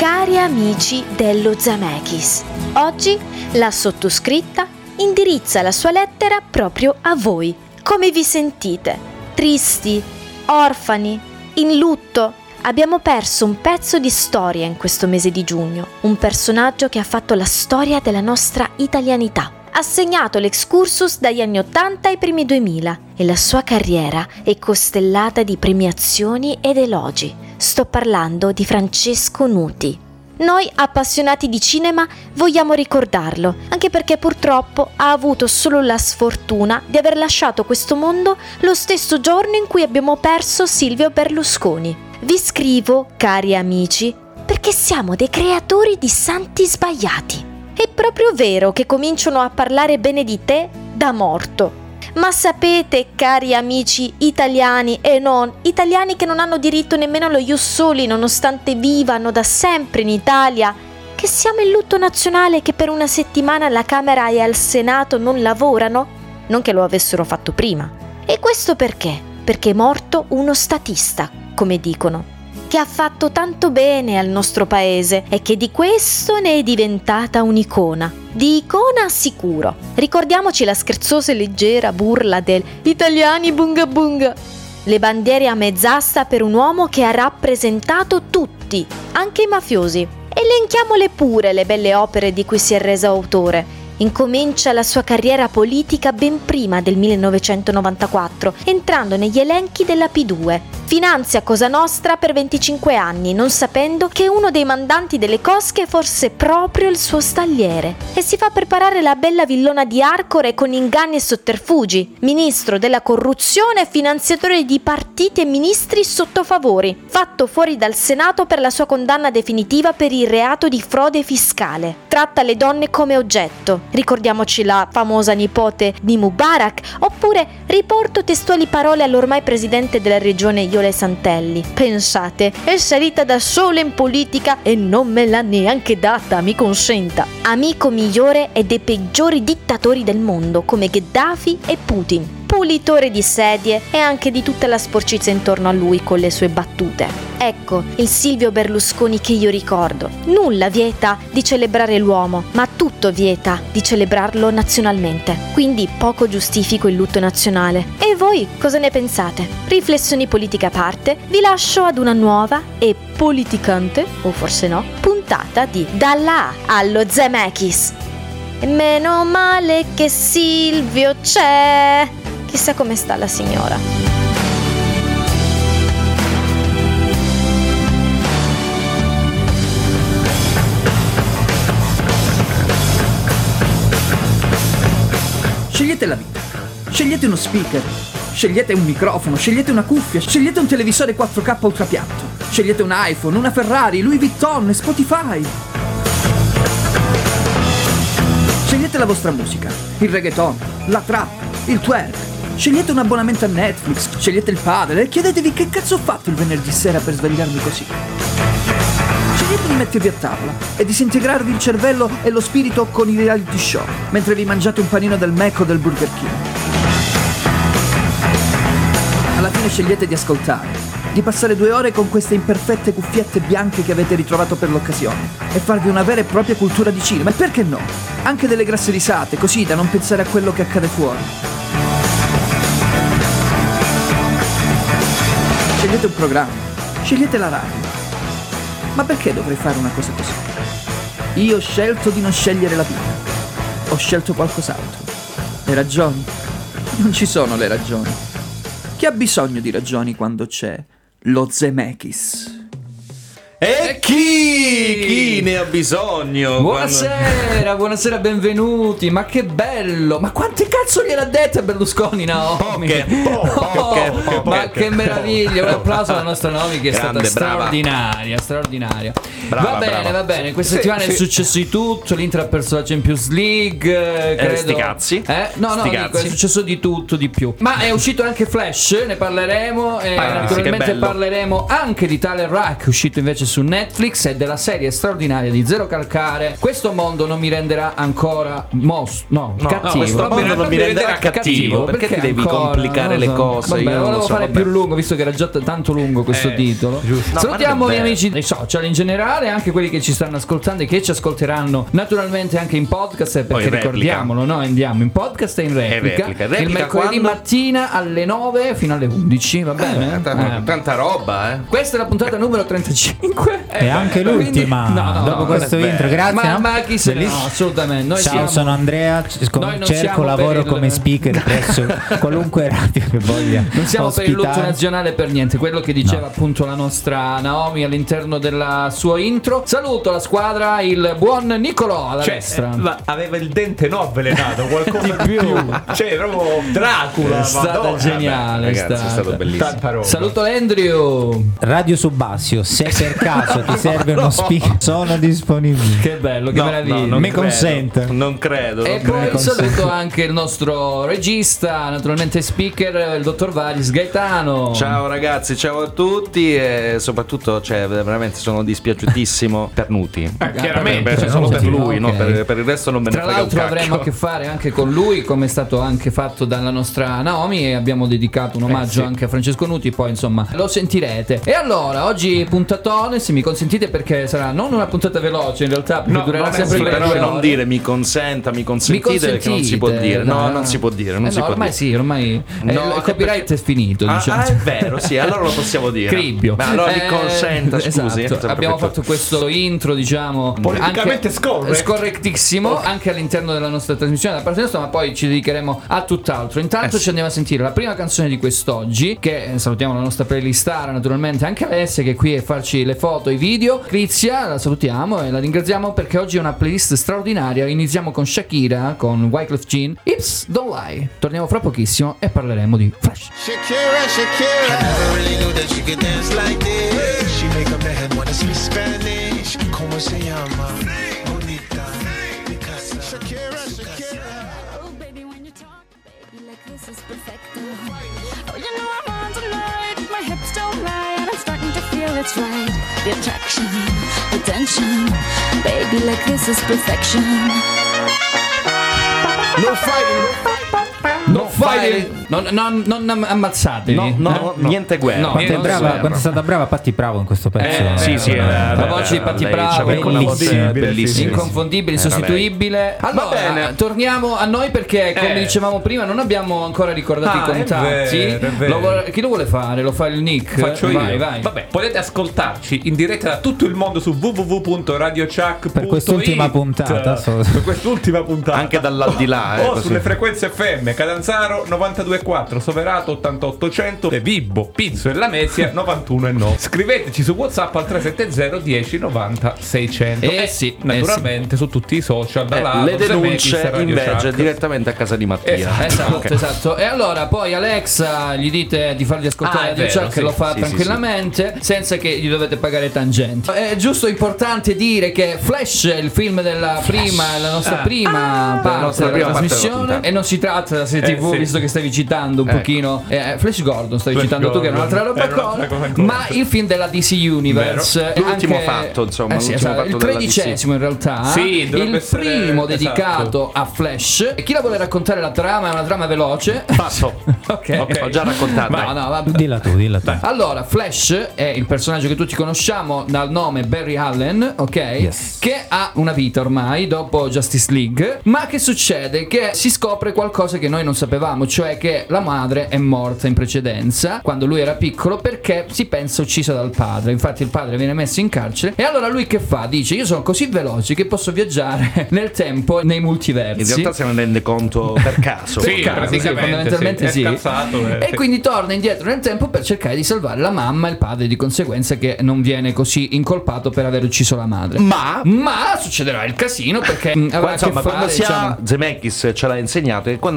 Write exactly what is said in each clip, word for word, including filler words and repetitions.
Cari amici dello Zemeckis, oggi la sottoscritta indirizza la sua lettera proprio a voi. Come vi sentite? Tristi? Orfani? In lutto? Abbiamo perso un pezzo di storia in questo mese di giugno, un personaggio che ha fatto la storia della nostra italianità. Ha segnato l'excursus dagli anni ottanta ai primi duemila e la sua carriera è costellata di premiazioni ed elogi. Sto parlando di Francesco Nuti. Noi, appassionati di cinema, vogliamo ricordarlo, anche perché purtroppo ha avuto solo la sfortuna di aver lasciato questo mondo lo stesso giorno in cui abbiamo perso Silvio Berlusconi. Vi scrivo, cari amici, perché siamo dei creatori di santi sbagliati. È proprio vero che cominciano a parlare bene di te da morto. Ma sapete, cari amici italiani e non, italiani che non hanno diritto nemmeno allo Ius Soli nonostante vivano da sempre in Italia, che siamo in lutto nazionale e che per una settimana alla Camera e al Senato non lavorano? Non che lo avessero fatto prima. E questo perché? Perché è morto uno statista, come dicono, che ha fatto tanto bene al nostro paese e che di questo ne è diventata un'icona. Di icona sicuro. Ricordiamoci la scherzosa e leggera burla del "Italiani bunga bunga", le bandiere a mezz'asta per un uomo che ha rappresentato tutti, anche i mafiosi. Elenchiamole pure le belle opere di cui si è reso autore. Incomincia la sua carriera politica ben prima del millenovecentonovantaquattro, entrando negli elenchi della P due. Finanzia Cosa Nostra per venticinque anni, non sapendo che uno dei mandanti delle cosche fosse proprio il suo stagliere. E si fa preparare la bella villona di Arcore con inganni e sotterfugi. Ministro della corruzione e finanziatore di partiti e ministri sotto favori. Fatto fuori dal Senato per la sua condanna definitiva per il reato di frode fiscale. Tratta le donne come oggetto. Ricordiamoci la famosa nipote di Mubarak, oppure riporto testuali parole all'ormai presidente della regione Iole Santelli. Pensate, è salita da sola in politica e non me l'ha neanche data, mi consenta. Amico migliore e dei peggiori dittatori del mondo come Gheddafi e Putin. Pulitore di sedie e anche di tutta la sporcizia intorno a lui con le sue battute. Ecco il Silvio Berlusconi che io ricordo. Nulla vieta di celebrare l'uomo, ma tutto vieta di celebrarlo nazionalmente. Quindi poco giustifico il lutto nazionale. E voi cosa ne pensate? Riflessioni politiche a parte, vi lascio ad una nuova e politicante, o forse no, puntata di Dalla A allo Zemeckis. E meno male che Silvio c'è. Chissà come sta la signora. Scegliete la vita, scegliete uno speaker, scegliete un microfono, scegliete una cuffia, scegliete un televisore quattro K ultrapiatto, scegliete un iPhone, una Ferrari, Louis Vuitton e Spotify. Scegliete la vostra musica, il reggaeton, la trap, il twerk. Scegliete un abbonamento a Netflix, scegliete il padel e chiedetevi che cazzo ho fatto il venerdì sera per svegliarmi così. Scegliete di mettervi a tavola e disintegrarvi il cervello e lo spirito con i reality show, mentre vi mangiate un panino del Mac o del Burger King. Alla fine scegliete di ascoltare, di passare due ore con queste imperfette cuffiette bianche che avete ritrovato per l'occasione e farvi una vera e propria cultura di cinema, e perché no? Anche delle grasse risate, così da non pensare a quello che accade fuori. Scegliete un programma, scegliete la radio. Ma perché dovrei fare una cosa così? Io ho scelto di non scegliere la vita. Ho scelto qualcos'altro. Le ragioni? Non ci sono le ragioni. Chi ha bisogno di ragioni quando c'è lo Zemeckis? E chi? Chi ne ha bisogno? Buonasera, quando... buonasera, benvenuti. Ma che bello! Ma quante cazzo gliel'ha dette Berlusconi, Naomi? Poche, po- poche, oh, poche, ma poche. che meraviglia! Un applauso alla nostra Naomi che è Grande, stata brava. straordinaria, straordinaria. Brava, va bene, brava. va bene. Questa Sì, settimana sì. è successo di tutto. L'Inter ha perso la Champions League. Credo. sti cazzi. Eh? No, no, Sti dico, cazzi. è successo di tutto, di più. Ma è uscito anche Flash, ne parleremo. E Ah, sì, naturalmente che bello. parleremo anche di Tyler Rack, uscito invece su Netflix e della serie straordinaria di Zero Calcare. Questo mondo non mi renderà ancora mos- no, No, cattivo. no, questo Vabbè, mondo non mi renderà cattivo, perché ti devi ancora? complicare Non lo le so. cose, Vabbè, io non lo volevo so, fare vabbè. più lungo, visto che era già t- tanto lungo questo Eh, titolo. giusto. No, Salutiamo ma gli non è amici dei social in generale, anche quelli che ci stanno ascoltando e che ci ascolteranno naturalmente anche in podcast, perché Poi in replica. ricordiamo, no, andiamo in podcast e in replica, replica. il Replica mercoledì quando? mattina alle nove fino alle undici, va bene? Eh, tanta, Eh. tanta roba, eh. Questa è la puntata numero trentacinque. E anche Quindi- l'ultima. no, no, Dopo no, questo non è intro, vero. grazie. Ma, no? ma chi se no, Bellissimo. assolutamente. Noi Ciao, siamo sono Andrea, c- con- Noi non cerco siamo lavoro per il- come speaker presso qualunque radio che voglia. Non siamo per il lutto ospitare. nazionale per niente, quello che diceva No. appunto la nostra Naomi all'interno del suo intro. Saluto la squadra, il buon Nicolò alla Cioè, destra. eh, ma aveva il dente no avvelenato, qualcosa di più. Cioè, proprio Dracula. È stata Madonna. geniale, Ragazzi, stata. è stato bellissimo. Tanta roba. Saluto Andrew. Radio Subasio, se per caso ti serve uno speaker, sono disponibile. Che bello, che No, meraviglia. no, non Mi credo. consente. Non credo. E non poi credo. saluto anche il nostro regista, naturalmente speaker, il dottor Varis Gaetano. Ciao ragazzi, ciao a tutti e soprattutto cioè, veramente sono dispiaciutissimo per Nuti. Eh, chiaramente, Beh, cioè, solo per lui, no? Ok. per, per il resto non me ne Tra frega un l'altro cacchio. avremo a che fare anche con lui, come è stato anche fatto dalla nostra Naomi, e abbiamo dedicato un omaggio sì. anche a Francesco Nuti, poi insomma lo sentirete. E allora oggi puntatone, se mi consentite, perché sarà non una puntata veloce in realtà, perché No, durerà non è sempre Sì, quelle però due non ore. dire mi consenta, mi Mi consentite, perché non si può dire. No, non si può dire, non eh si no, può ormai dire. sì, ormai eh, No, il copyright è finito, Ah, diciamo. ah, è vero, sì, allora lo possiamo dire. Cribbio. Ma allora mi Eh, consenta, scusi. esatto. Sempre Abbiamo per- fatto questo intro, diciamo, Politicamente anche scorrect. scorrettissimo, anche all'interno della nostra trasmissione da parte nostra, ma poi ci dedicheremo a tutt'altro. Intanto Eh ci sì. andiamo a sentire la prima canzone di quest'oggi, che eh, salutiamo la nostra playlistara, naturalmente anche Alessia, che è qui a farci le foto, i video. Crizia, la salutiamo e la ringraziamo perché oggi è una playlist straordinaria. Iniziamo con Shakira, con Wyclef Jean, Hips Don't Lie. Torniamo fra pochissimo e parleremo di Fresh. Shakira, Shakira. I never really knew that she could dance like this. She make a man wanna speak Spanish. Como se llama? Bonita. Picasa. Shakira, Shakira. Oh, baby, when you talk, baby, like this is perfect. Oh, you know I'm on tonight. My hips don't lie, and I'm starting to feel it's right. The attraction, the tension, baby, like this is perfection. No fighting. Non fai non, non, non am- ammazzatevi. No, no, Eh? niente guerra. No, Quanto è, non brava, guerra. quanto è stata brava Patti Bravo in questo pezzo. Eh, Sì, sì, eh, era- la voce di Patti lei Bravo, c'aveva una voce bellissima. bellissima. inconfondibile, Era lei. insostituibile. Allora, bene. torniamo a noi perché, come Eh. dicevamo prima, non abbiamo ancora ricordato Ah, i contatti. è vero, è vero. Lo vuole- chi lo vuole fare? Lo fa il Nick? Faccio vai, io. vai. Vabbè, potete ascoltarci in diretta da tutto il mondo su w w w punto radio chuck punto it. Per quest'ultima puntata, solo. Per quest'ultima puntata. Anche dall'aldilà, eh, O così. sulle frequenze F M, Catanzaro novantadue virgola quattro, Soverato ottantotto cento e Vibo, Pizzo e Lamezia novantuno e nove. Scriveteci su WhatsApp al tre sette zero dieci novanta seicento. Eh e sì, naturalmente su tutti i social da Eh, là, le Zemeckis, denunce Radio invece Chuck. direttamente a casa di Mattia. Esatto. Esatto, Ok. esatto. E allora poi Alexa gli dite di fargli ascoltare Ah, è Radio vero, Chuck, sì, lo fa sì, tranquillamente, senza che gli dovete pagare tangenti. È giusto importante dire che Flash è il film della prima, la nostra Ah. prima parte nostra della prima parte trasmissione, della puntata. e non si tratta della serie Eh, tivù, sì. visto che stavi citando un Ecco. pochino eh, Flash Gordon, stavi Flash citando tu, che è Gordon. un'altra roba Era un'altra cosa, cosa ancora. ma il film della D C Universe. Vero. è L'ultimo anche- fatto, insomma, eh sì, l'ultimo esatto, fatto il della D C. tredicesimo in realtà, Sì, dovrebbe il essere- primo esatto. dedicato a Flash. E chi la vuole raccontare la trama? È una trama veloce. Fatto. Ok. Ok, ho già raccontato. No, no, vabbè. Dilla tu, dilla tu. Allora, Flash è il personaggio che tutti conosciamo dal nome Barry Allen, ok? Yes. Che ha una vita ormai dopo Justice League. Ma che succede? Che si scopre qualcosa che noi non sapevamo, cioè che la madre è morta in precedenza, quando lui era piccolo, perché si pensa uccisa dal padre. Infatti il padre viene messo in carcere. E allora lui che fa? Dice: io sono così veloce che posso viaggiare nel tempo e nei multiversi. In realtà se ne rende conto per caso. Per Sì, caso, praticamente, sì, fondamentalmente sì. sì. È scazzato, eh, E sì. quindi torna indietro nel tempo per cercare di salvare la mamma e il padre, di conseguenza, che non viene così incolpato per aver ucciso la madre. Ma Ma succederà il casino, perché mh, avrà insomma, a che fare, quando si ha diciamo, Zemeckis ce l'ha insegnato che quando si ha a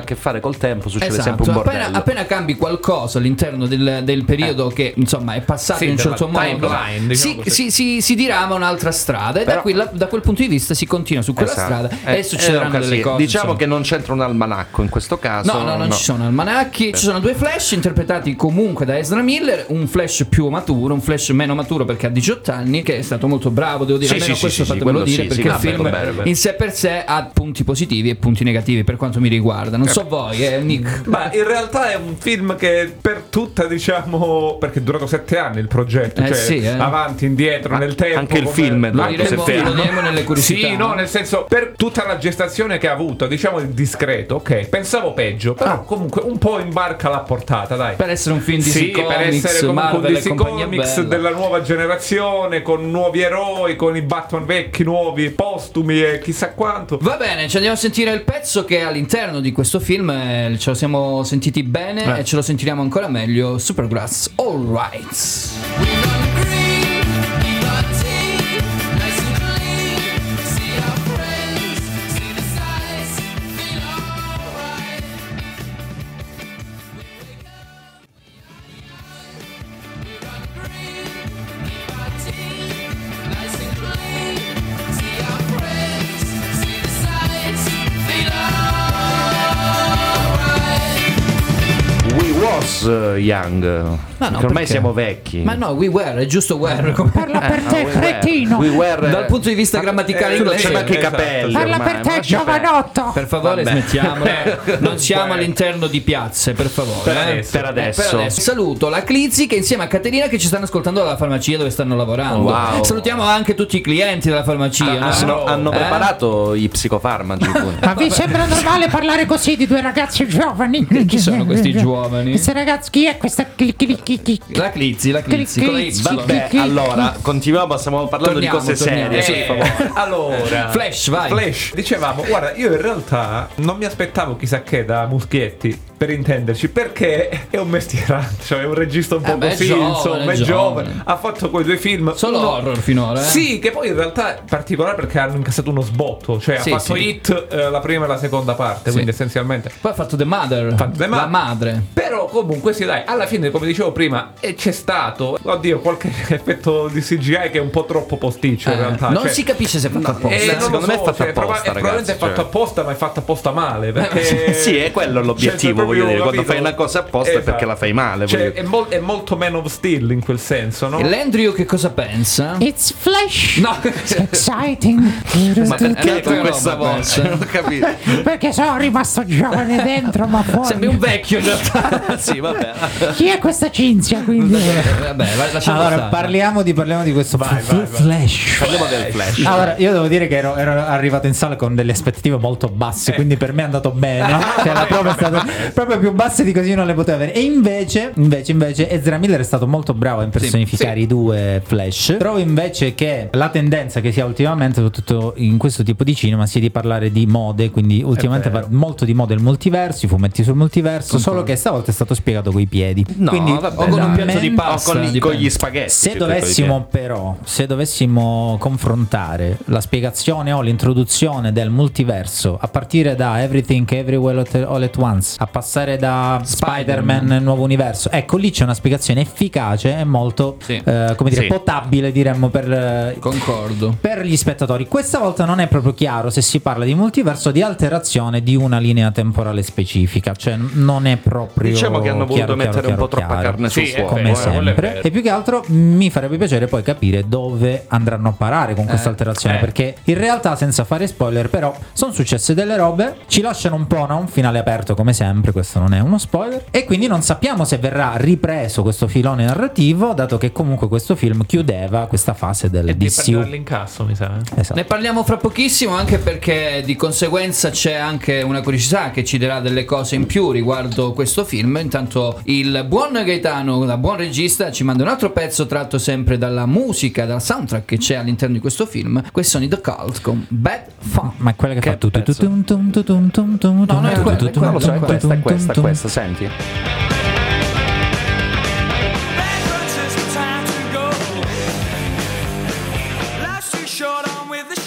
che fare col tempo succede Esatto, sempre un bordello. appena, appena cambi qualcosa all'interno del, del periodo Eh. che insomma è passato Sì, in un certo della modo, timeline, diciamo si, così. si, si, si dirama un'altra strada e da, Però- quella- da quel punto di vista si continua su quella Esatto. strada Eh, e succederanno eh, delle sì. cose. Diciamo insomma. che non c'entra un almanacco in questo caso. No, no, non ci sono almanacchi, ci sono due Flash interpretati comunque da Ezra Miller, un Flash più maturo, un Flash meno maturo perché ha diciotto anni, che è stato molto bravo, devo dire, Sì, almeno sì, questo sì, sì, fatemelo quello dire, sì, perché sì, il vabbè, film vabbè, vabbè. in sé per sé ha punti positivi e punti negativi per quanto mi riguarda. Non so voi, eh, Nick. Ma in realtà è un film che per tutta, diciamo, perché è durato sette anni il progetto, Eh cioè sì, eh. avanti, indietro, nel tempo. anche il come- film è Lo durato diremo, sette lo anni. diremo nelle curiosità. Sì, no, nel senso, per tutta la gestazione che ha avuto, diciamo il discreto, ok, pensavo peggio, però comunque un po' in barca l'ha portata, dai. Per essere un film di Sì, per essere comunque un Marvel D e C compagnia Comics bella. della nuova generazione, con nuovi eroi, con i Batman vecchi, nuovi, postumi e chissà quanto. Va bene, ci andiamo a sentire il pezzo che all'interno di questo film eh, ce lo siamo sentiti bene Eh. e ce lo sentiremo ancora meglio. Supergrass, All Right. We was uh, young. Ma no, Perché ormai perché? siamo vecchi. Ma no, we were, è giusto were. come- Parla per Ah, te, we were- cretino. we were- Dal punto di vista grammaticale eh, inglese. c'è anche i Esatto. capelli. Parla ormai, per ma te, lascia perdere. giovanotto. Per favore, Vabbè. smettiamola. Non siamo Beh. all'interno di piazze, per favore. Per eh. adesso. Per Eh, adesso. per adesso. Saluto la Clizzi che insieme a Caterina che ci stanno ascoltando dalla farmacia dove stanno lavorando. Wow. Salutiamo anche tutti i clienti della farmacia. no? Hanno, hanno Eh? preparato i psicofarmaci pure. Ma vi sembra normale parlare così di due ragazzi giovani? Chi sono questi giovani? Questi ragazzi, chi è questa? Chi, chi, chi, chi? La Clizzi, la Clizzi, con la Y. Vabbè, allora, continuiamo, stiamo parlando Torniamo, di cose torniamo. serie, Eh, per favore. Allora, Flash, vai. Flash, dicevamo, guarda, io in realtà non mi aspettavo chissà che da Muschietti, per intenderci, perché è un mestierante, cioè è un regista un po' Eh beh, è così, giovane, insomma, è è giovane. giovane. Ha fatto quei due film. Solo uno- horror finora, eh? Sì, che poi in realtà è particolare perché hanno incassato uno sbotto, cioè Sì, ha fatto sì. Hit eh, la prima e la seconda parte, Sì. quindi essenzialmente. Poi ha fatto The Mother. Fatto The La Mother. madre. Però comunque sì, dai, alla fine, come dicevo prima, e c'è stato, oddio, qualche effetto di C G I che è un po' troppo posticcio in Eh, realtà. non cioè- si capisce se è fatto apposta. Eh, non secondo lo me è so, fatto cioè, apposta, proba- è probabilmente ragazzi, è fatto cioè. apposta, ma è fatto apposta male. Perché Sì, è quello l'obiettivo, Cioè, voglio proprio, dire, quando capito? fai una cosa apposta è perché la fai male, Cioè, voglio è, mol- è molto Man of Steel in quel senso, no? E l'Andrew che cosa pensa? It's Flash. No, Exciting. Ma perché Eh, con roba questa voce? questa. Non ho capito. Perché sono rimasto giovane dentro, ma sembri un fuori. vecchio in realtà. Sì, vabbè. Chi è questa Cinzia, quindi? Eh, Vabbè, vai, lasciamo Allora, stare. parliamo di, parliamo di questo Vai, f- vai, vai. Flash. Parliamo del Flash. Allora, io devo dire che ero, ero arrivato in sala con delle aspettative molto basse, quindi per me è andato bene. No? Cioè, la prova è stata proprio più basse di così non le potevo avere. E invece, invece, invece, Ezra Miller è stato molto bravo a impersonificare sì. i due Flash. Trovo invece che la tendenza che si ha ultimamente, soprattutto in questo tipo di cinema, sia di parlare di mode. Quindi, ultimamente vero. parlo molto di mode il multiverso, i fumetti sul multiverso. Solo che stavolta è stato spiegato coi piedi. No, quindi, vabbè, o con un a piatto di me- pasta. O con, dipende. con gli spaghetti. se più che con i dovessimo però, se dovessimo confrontare la spiegazione o l'introduzione del multiverso a partire da Everything Everywhere All at- All at Once a passare da Spider-Man, Spider-Man. nuovo universo, ecco lì c'è una spiegazione efficace e molto Sì. eh, come dire Sì. potabile, diremmo, per, eh, Concordo. per gli spettatori. Questa volta non è proprio chiaro se si parla di multiverso o di alterazione di una linea temporale specifica, cioè n- non è proprio Diciamo che hanno voluto chiaro, mettere chiaro, un po' chiaro, troppa chiaro. carne sul Sì, è fuoco. come vero, quello è sempre. vero. E più che altro mi farebbe piacere poi capire dove andranno a parare con questa Eh, alterazione, eh. perché in realtà, senza fare spoiler, però sono successe delle robe, ci lasciano un po', no? Un finale aperto come sempre, questo non è uno spoiler, e quindi non sappiamo se verrà ripreso questo filone narrativo, dato che comunque questo film chiudeva questa fase del E D di C prendere U. all'incasso, mi sa. eh. Esatto. Ne parliamo fra pochissimo, anche perché di conseguenza c'è anche una curiosità che ci darà delle cose in più riguardo questo film. Intanto il buon Gaetano, da buon regista, ci manda un altro pezzo tratto sempre dalla musica, dal soundtrack che c'è all'interno di questo film. Questi sono i The Cult con Bad Fun. Ma è quella che, Che fa tutto pezzo? tum tum tum tum tum tum No, no, è quella, è quella, Non lo so, è Tum, questa, è tum, questa, è tum, questa, senti. With the show.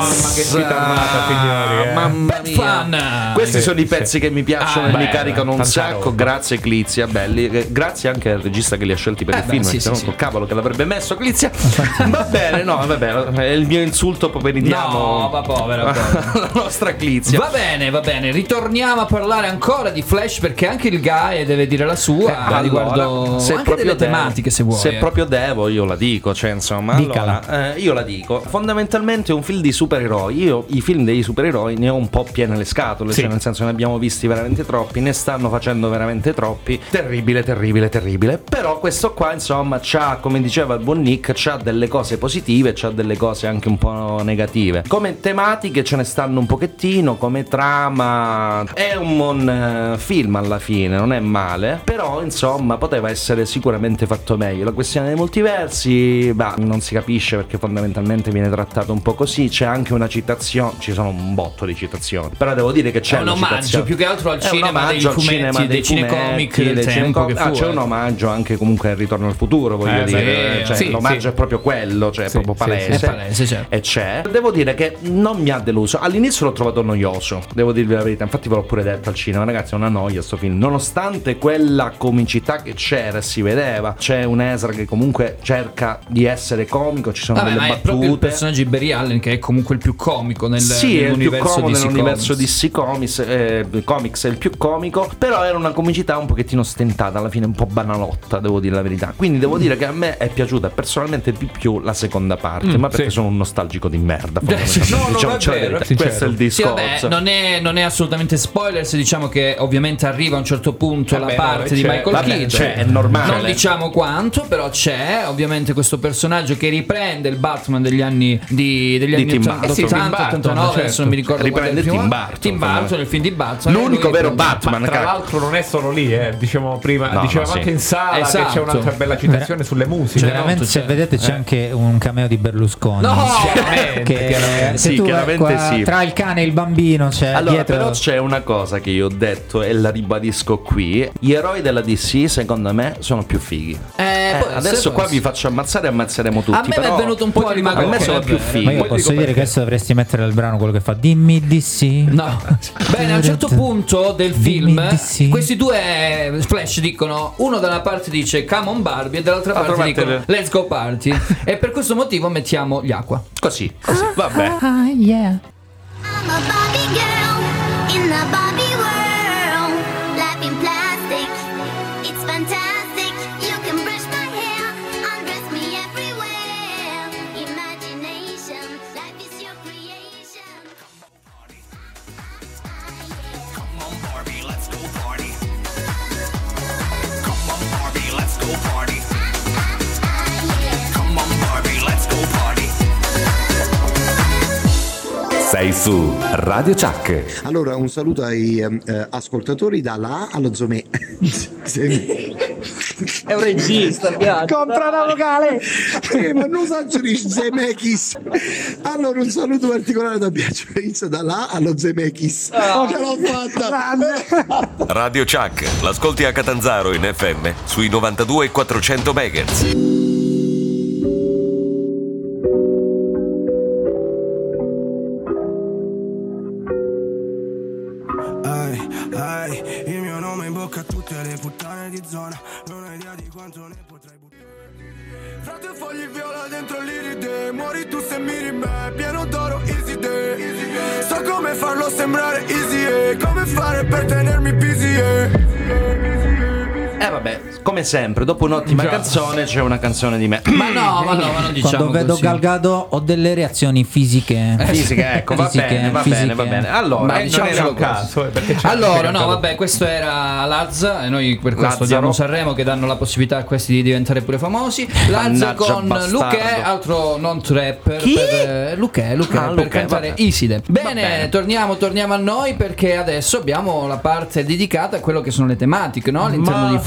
che sfida armata, signori. eh. Mamma Bad mia. fun. Questi Sì, sono i sì. pezzi che mi piacciono Ah, e mi beh, caricano un tanta sacco. roba. Grazie Clizia, belli. Eh, Grazie anche al regista che li ha scelti per Eh il beh, film. sì, perché sì, non sì. col cavolo che l'avrebbe messo Clizia. Va bene, no, vabbè, è il mio insulto pomeridiano. No, ma povera, povera. La nostra Clizia. Va bene, va bene, ritorniamo a parlare ancora di Flash perché anche il Guy deve dire la sua Allora, riguardo se anche proprio delle devo- tematiche se vuoi. Se eh. proprio devo, io la dico, cioè insomma, Dicala. allora, eh, io la dico. Fondamentalmente è un film di supereroi. Io i film dei supereroi ne ho un po' piene le scatole, Sì. cioè nel senso ne abbiamo visti veramente troppi, ne stanno facendo veramente troppi. Terribile, terribile, terribile. Però questo qua, insomma, c'ha, come diceva il buon Nick, c'ha delle cose positive, c'ha delle cose anche un po' negative. Come tematiche ce ne stanno un pochettino, come trama è un buon eh, film alla fine, non è male, però insomma poteva essere sicuramente fatto meglio. La questione dei multiversi, bah, non si capisce perché fondamentalmente viene trattato un po' così. C'è anche una citazione, ci sono un botto di citazioni, però devo dire che c'è È un la omaggio citazione. più che altro al È un cinema dei omaggio al fumetti, cinema dei dei cinecomic fumetti, del dei tempo cinecomic. che Ah, fu, c'è eh. un omaggio anche comunque al Ritorno al futuro, voglio Eh, dire, sì, cioè, sì, l'omaggio sì. è proprio quello, cioè è Sì, proprio sì, palese. sì. È palese, certo. E c'è. Devo dire che non mi ha deluso. All'inizio l'ho trovato noioso, devo dirvi la verità. Infatti ve l'ho pure detto al cinema, ragazzi, è una noia sto film. Nonostante quella comicità che c'era, si vedeva. C'è un Ezra che comunque cerca di essere comico, ci sono Vabbè, ma delle è proprio il battute. personaggio di Barry Allen che è comunque il più comico nel, Sì, è il più nell'universo comodo D C nell'universo Comics. D C Comics, eh, Comics è il più comico, però era una comicità un pochettino stentata, alla fine un po' banalotta, devo dire la verità. Quindi devo dire che a me è piaciuta personalmente di più la seconda parte, ma perché sì. sono un nostalgico di merda. No, no, Diciamo, è c'è la vero, verità. sincero. Questo è il Sì, discorso. vabbè, non è, non è assolutamente spoiler se diciamo che ovviamente arriva a un certo punto Vabbè, la no, parte di c'è- Michael vabbè, Keaton. c'è, è normale. Non diciamo quanto, però c'è ovviamente questo personaggio che riprende il Batman degli anni di, degli Di anni Tim ottanta, Burton. Eh sì, Tim ottanta, Burton, ottantanove, certo. adesso non mi ricordo qual è il Riprende primo Tim anno. Burton, Tim Burton, il film di Batman. L'unico e lui vero riprende- Batman. Ma tra cazzo. l'altro non è solo lì, eh. Dicevamo prima, No, dicevamo no, sì. anche in sala Esatto. che c'è un'altra bella citazione sulle musiche. Veramente, certo, se certo. vedete, c'è Eh. anche un cameo di Berlusconi. No! Chiaramente, Che chiaramente. se Sì, tu chiaramente qua, sì. tra il cane e il bambino c'è Allora, dietro. però c'è una cosa che io ho detto e la ribadisco qui: gli eroi della D C, secondo me, sono più fighi. Eh, Eh, può essere, adesso può qua essere. vi faccio ammazzare e ammazzeremo tutti. A me mi però è venuto un po' poi il a me magocco, sono è più vero. fighi. Ma io Poi posso dico dire perché. che adesso dovresti mettere il brano quello che fa dimmi di sì. No. Bene, a un certo punto del Dimmi film di sì. questi due Flash dicono, uno da una parte dice come on Barbie e dall'altra D'altra parte parte- dicono let's go party e per questo motivo mettiamo gli acqua. Così, così, vabbè. Ah, yeah. I'm a Barbie girl in the Barbie world. Life in plastic, it's fantastic. You can brush my hair, undress me everywhere. Imagination, life is your creation. Come on, Barbie, let's go party. Come on, Barbie, let's go party. Come on, Barbie, let's go party. Sei su Radio Chuck. Allora, un saluto ai ehm, eh, ascoltatori dalla A allo Zome. È un regista, piace. Compra una vocale. Eh, ma non esageri, Zemekis. Allora, un saluto particolare da Biagio Prince dalla A allo Zemekis. Oh, Ce l'ho fatta. Radio Chuck, l'ascolti a Catanzaro in F M sui novantadue e quattrocento megahertz. Ai, ai, il mio nome in bocca a tutte le puttane di zona. Non hai idea di quanto ne potrai buttare. Frate fogli viola dentro l'iride. Muori tu se miri me, pieno d'oro, easy day. So come farlo sembrare easy, eh. Come fare per tenermi busy, eh. Eh vabbè, come sempre, dopo un'ottima Già. canzone c'è una canzone di me. Ma no, ma no, ma non diciamo Quando vedo così. Gal Gadot ho delle reazioni fisiche. Fisica, ecco, va Fisiche, bene, va fisiche. bene, va bene. Allora, Ma eh, diciamo non era solo un caso. caso, eh, perché c'è Allora, anche no, Gal Gadot. vabbè, questo era Laz e noi per questo Lazzaro. diamo Sanremo che danno la possibilità a questi di diventare pure famosi. Laz Mannaggia con bastardo. Luque, altro non trapper. Chi? Per, eh, Luque, Luque, Ah, per Luque, cantare vabbè. Iside. Bene, bene. torniamo, torniamo a noi perché adesso abbiamo la parte dedicata a quello che sono le tematiche, no? All'interno Ma di Flash.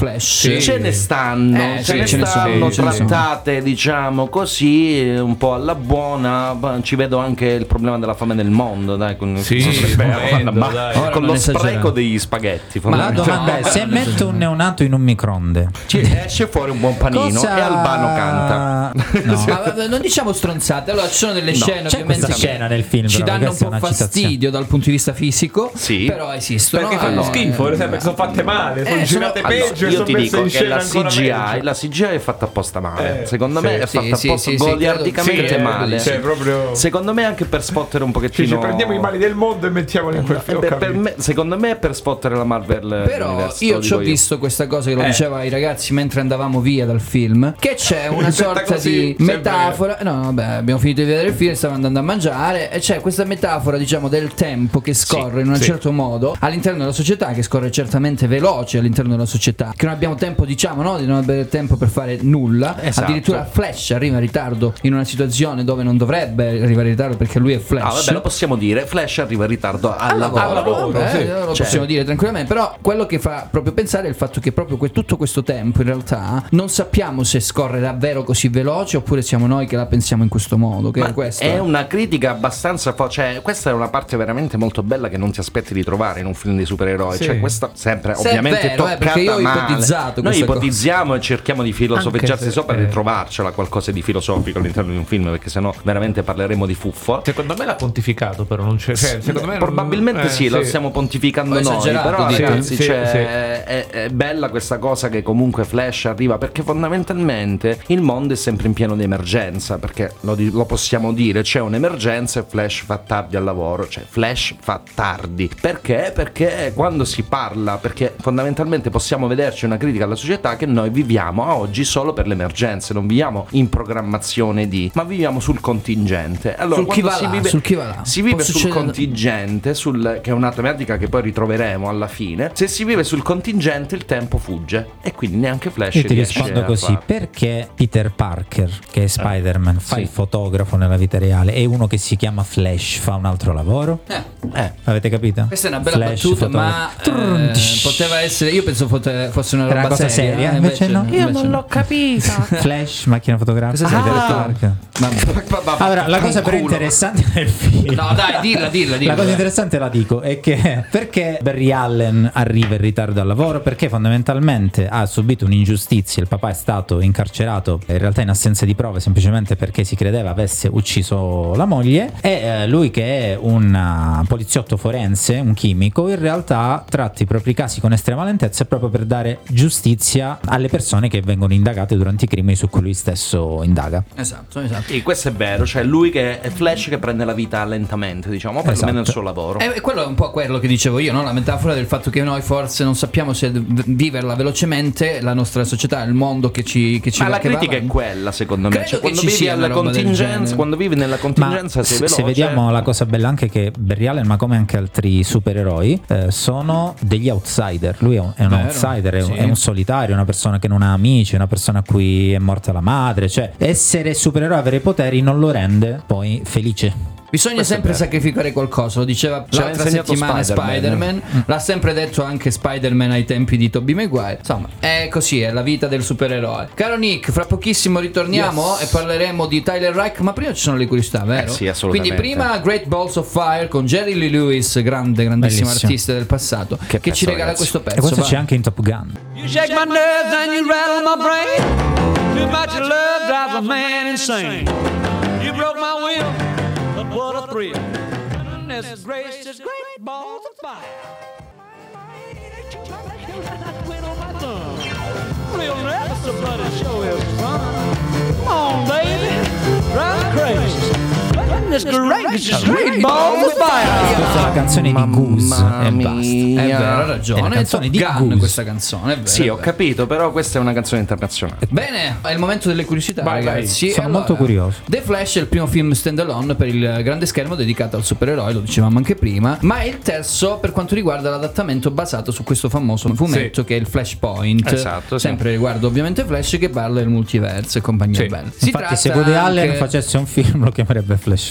Flash. Sì. Ce ne stanno, Eh, ce sì, ne ce ne stanno sono, ce ne sono. trattate, diciamo così, un po' alla buona. Ma ci vedo anche il problema della fame nel mondo, dai, con, Sì, potrebbe- volendo, ma- dai. con Ora lo non spreco esagerare. degli spaghetti. Ma la fondamentalmente. domanda è: se metto un neonato in un microonde, Ci esce fuori un buon panino cosa- e Albano canta. No. Ma vabbè, non diciamo stronzate. Allora, ci sono delle scene c'è ovviamente questa che scena nel film, ci però, danno un questa è po' una citazione. fastidio dal punto di vista fisico, Sì. però esistono. Perché fanno Eh, schifo, per esempio, che sono fatte male, sono Eh, girate sono- peggio e Io sono ti messe dico in che scena la ancora C G I, peggio. la C G I è fatta apposta male. Eh, Secondo sì. me è Sì, fatta sì, apposta sì, sì, goliardicamente credo- male. Cioè, proprio... Secondo me anche per spottere un Ci, pochettino. ci prendiamo i mali del mondo e mettiamoli in quel Eh, film. beh, per me- secondo me è per spottere la Marvel. Però Universe, io lo ci ho dico visto questa cosa che lo Eh. diceva ai ragazzi mentre andavamo via dal film, che c'è una Detta sorta così, di sempre. metafora. No, vabbè, abbiamo finito di vedere il film, stavamo andando a mangiare e c'è questa metafora, diciamo, del tempo che scorre in un sì. certo modo all'interno della società, che scorre certamente veloce all'interno della società, che non abbiamo tempo, diciamo, no, di non avere tempo per fare nulla. Esatto. Addirittura Flash arriva in ritardo in una situazione dove non dovrebbe arrivare in ritardo perché lui è Flash. Ah, vabbè, lo possiamo dire. Flash arriva in ritardo al, Al lavoro. lavoro, vabbè, sì. lo Cioè- possiamo dire tranquillamente. Però quello che fa proprio pensare è il fatto che proprio que- tutto questo tempo in realtà non sappiamo se scorre davvero così veloce oppure siamo noi che la pensiamo in questo modo. Che Ma è questo. è una critica abbastanza fo- cioè questa è una parte veramente molto bella che non ti aspetti di trovare in un film di supereroi. Sì. Cioè questa sempre Se è ovviamente vero, eh, toccata perché io ho male. ipotizzato Noi questa ipotizziamo e cerchiamo di filosofeggiarsi Anche se- sopra e eh. di trovarcela qualcosa di filosofico all'interno di un film, perché sennò veramente parleremo di fuffo. Secondo me l'ha pontificato, però non c'è. Cioè, secondo me Probabilmente eh, sì, lo stiamo pontificando Ho noi, esagerato, però dico. ragazzi, Sì, cioè, sì. È, è bella questa cosa che comunque Flash arriva, perché fondamentalmente il mondo è sempre in pieno di emergenza, perché lo, di- lo possiamo dire, c'è un'emergenza e Flash fa tardi al lavoro, cioè Flash fa tardi. Perché? Perché quando si parla, perché fondamentalmente possiamo vederci una critica alla società che noi viviamo a oggi solo per le emergenze, non viviamo in programmazione di, ma viviamo sul contingente. Allora, Sul chi quando va si là, vive, sul chi va là. si vive Può sul succedere- contingente, sul, che è una tematica che poi ritroveremo alla fine. Se si vive sul contingente il tempo fugge e quindi neanche Flash Io ti riesce rispondo a così: farlo. perché Peter Parker, che è Spider-Man, fa sì. il fotografo nella vita reale e uno che si chiama Flash fa un altro lavoro? Eh, Eh, Avete capito? questa è una bella Flash, battuta, ma fotografo. eh, poteva essere. Io penso fote- fosse una Era roba una cosa seria, invece no. Io non l'ho capita. Flash, macchina fotografica. Cosa sei Peter detto? Parker. Allora, la cosa però interessante del film. No, dai, dilla, dilla, dilla. La cosa interessante la dico è che perché Barry Allen arriva in ritardo al lavoro? Perché fondamentalmente ha subito un'ingiustizia. Il papà è stato incarcerato in realtà in assenza di prove semplicemente perché si credeva avesse ucciso la moglie, e eh, lui, che è un uh, poliziotto forense, un chimico, in realtà tratta i propri casi con estrema lentezza proprio per dare giustizia alle persone che vengono indagate durante i crimini su cui lui stesso indaga. Esatto, esatto. sì, questo è vero, cioè lui che è Flash che prende la vita lentamente, diciamo, perlomeno Esatto. il suo lavoro. E quello è un po' quello che dicevo io, no? La metafora del fatto che noi forse non sappiamo se v- viverla velocemente, la nostra società, il mondo che ci, che ci Ma la che va critica è avanti. quella, secondo me. Credo Cioè, che quando ci vivi sia una alla roba del contingenza, genere. quando vivi nella Ma contingenza sei se, veloce. se vediamo la cosa bella anche che Barry Allen, ma come anche altri supereroi, eh, sono degli outsider. Lui è un, è un Vero, outsider, è, un- sì. è un solitario, una persona che non ha amici, una persona a cui è morta la madre. Cioè, essere supereroe, avere poteri non lo rende poi felice. Bisogna Questo è sempre vero. sacrificare qualcosa, lo diceva Ce l'ha l'altra insegnato settimana Spider-Man. Spider-Man, l'ha sempre detto anche Spider-Man ai tempi di Tobey Maguire. Insomma, è così, è la vita del supereroe. Caro Nick, fra pochissimo ritorniamo Yes. e parleremo di Tyler Reich, ma prima ci sono le curiosità, vero? Eh sì, assolutamente. Quindi prima Great Balls of Fire con Jerry Lee Lewis, grande, grandissimo Bellissimo. artista del passato, che, Che ci pezzo, regala ragazzi. questo E pezzo. questo va. c'è anche in Top Gun. You shake my nerves and you rattle my brain. Too much of love drives a man insane. You broke my will, but what a thrill. Goodness gracious, great balls of fire. Real nervous, the bloody show is fun. Come on, baby, drive me crazy. Goodness gracious, great balls of fire. Questa è la canzone di Goose e basta. È vero, ha È ragione. la È canzone Top di Gun Goose. questa canzone, è vero, Sì, è ho vero. capito, però questa è una canzone internazionale. Bene, è il momento delle curiosità, Vai, ragazzi. Sono Allora, molto curioso. The Flash è il primo film standalone per il grande schermo dedicato al supereroe, lo dicevamo anche prima, ma è il terzo per quanto riguarda l'adattamento basato su questo famoso fumetto Sì. che è il Flashpoint. Esatto, sì. Sempre riguardo ovviamente Flash, che parla del multiverso e compagnia Sì. bella. Si Infatti, se tratta Woody Allen anche- facesse un film lo chiamerebbe Flash.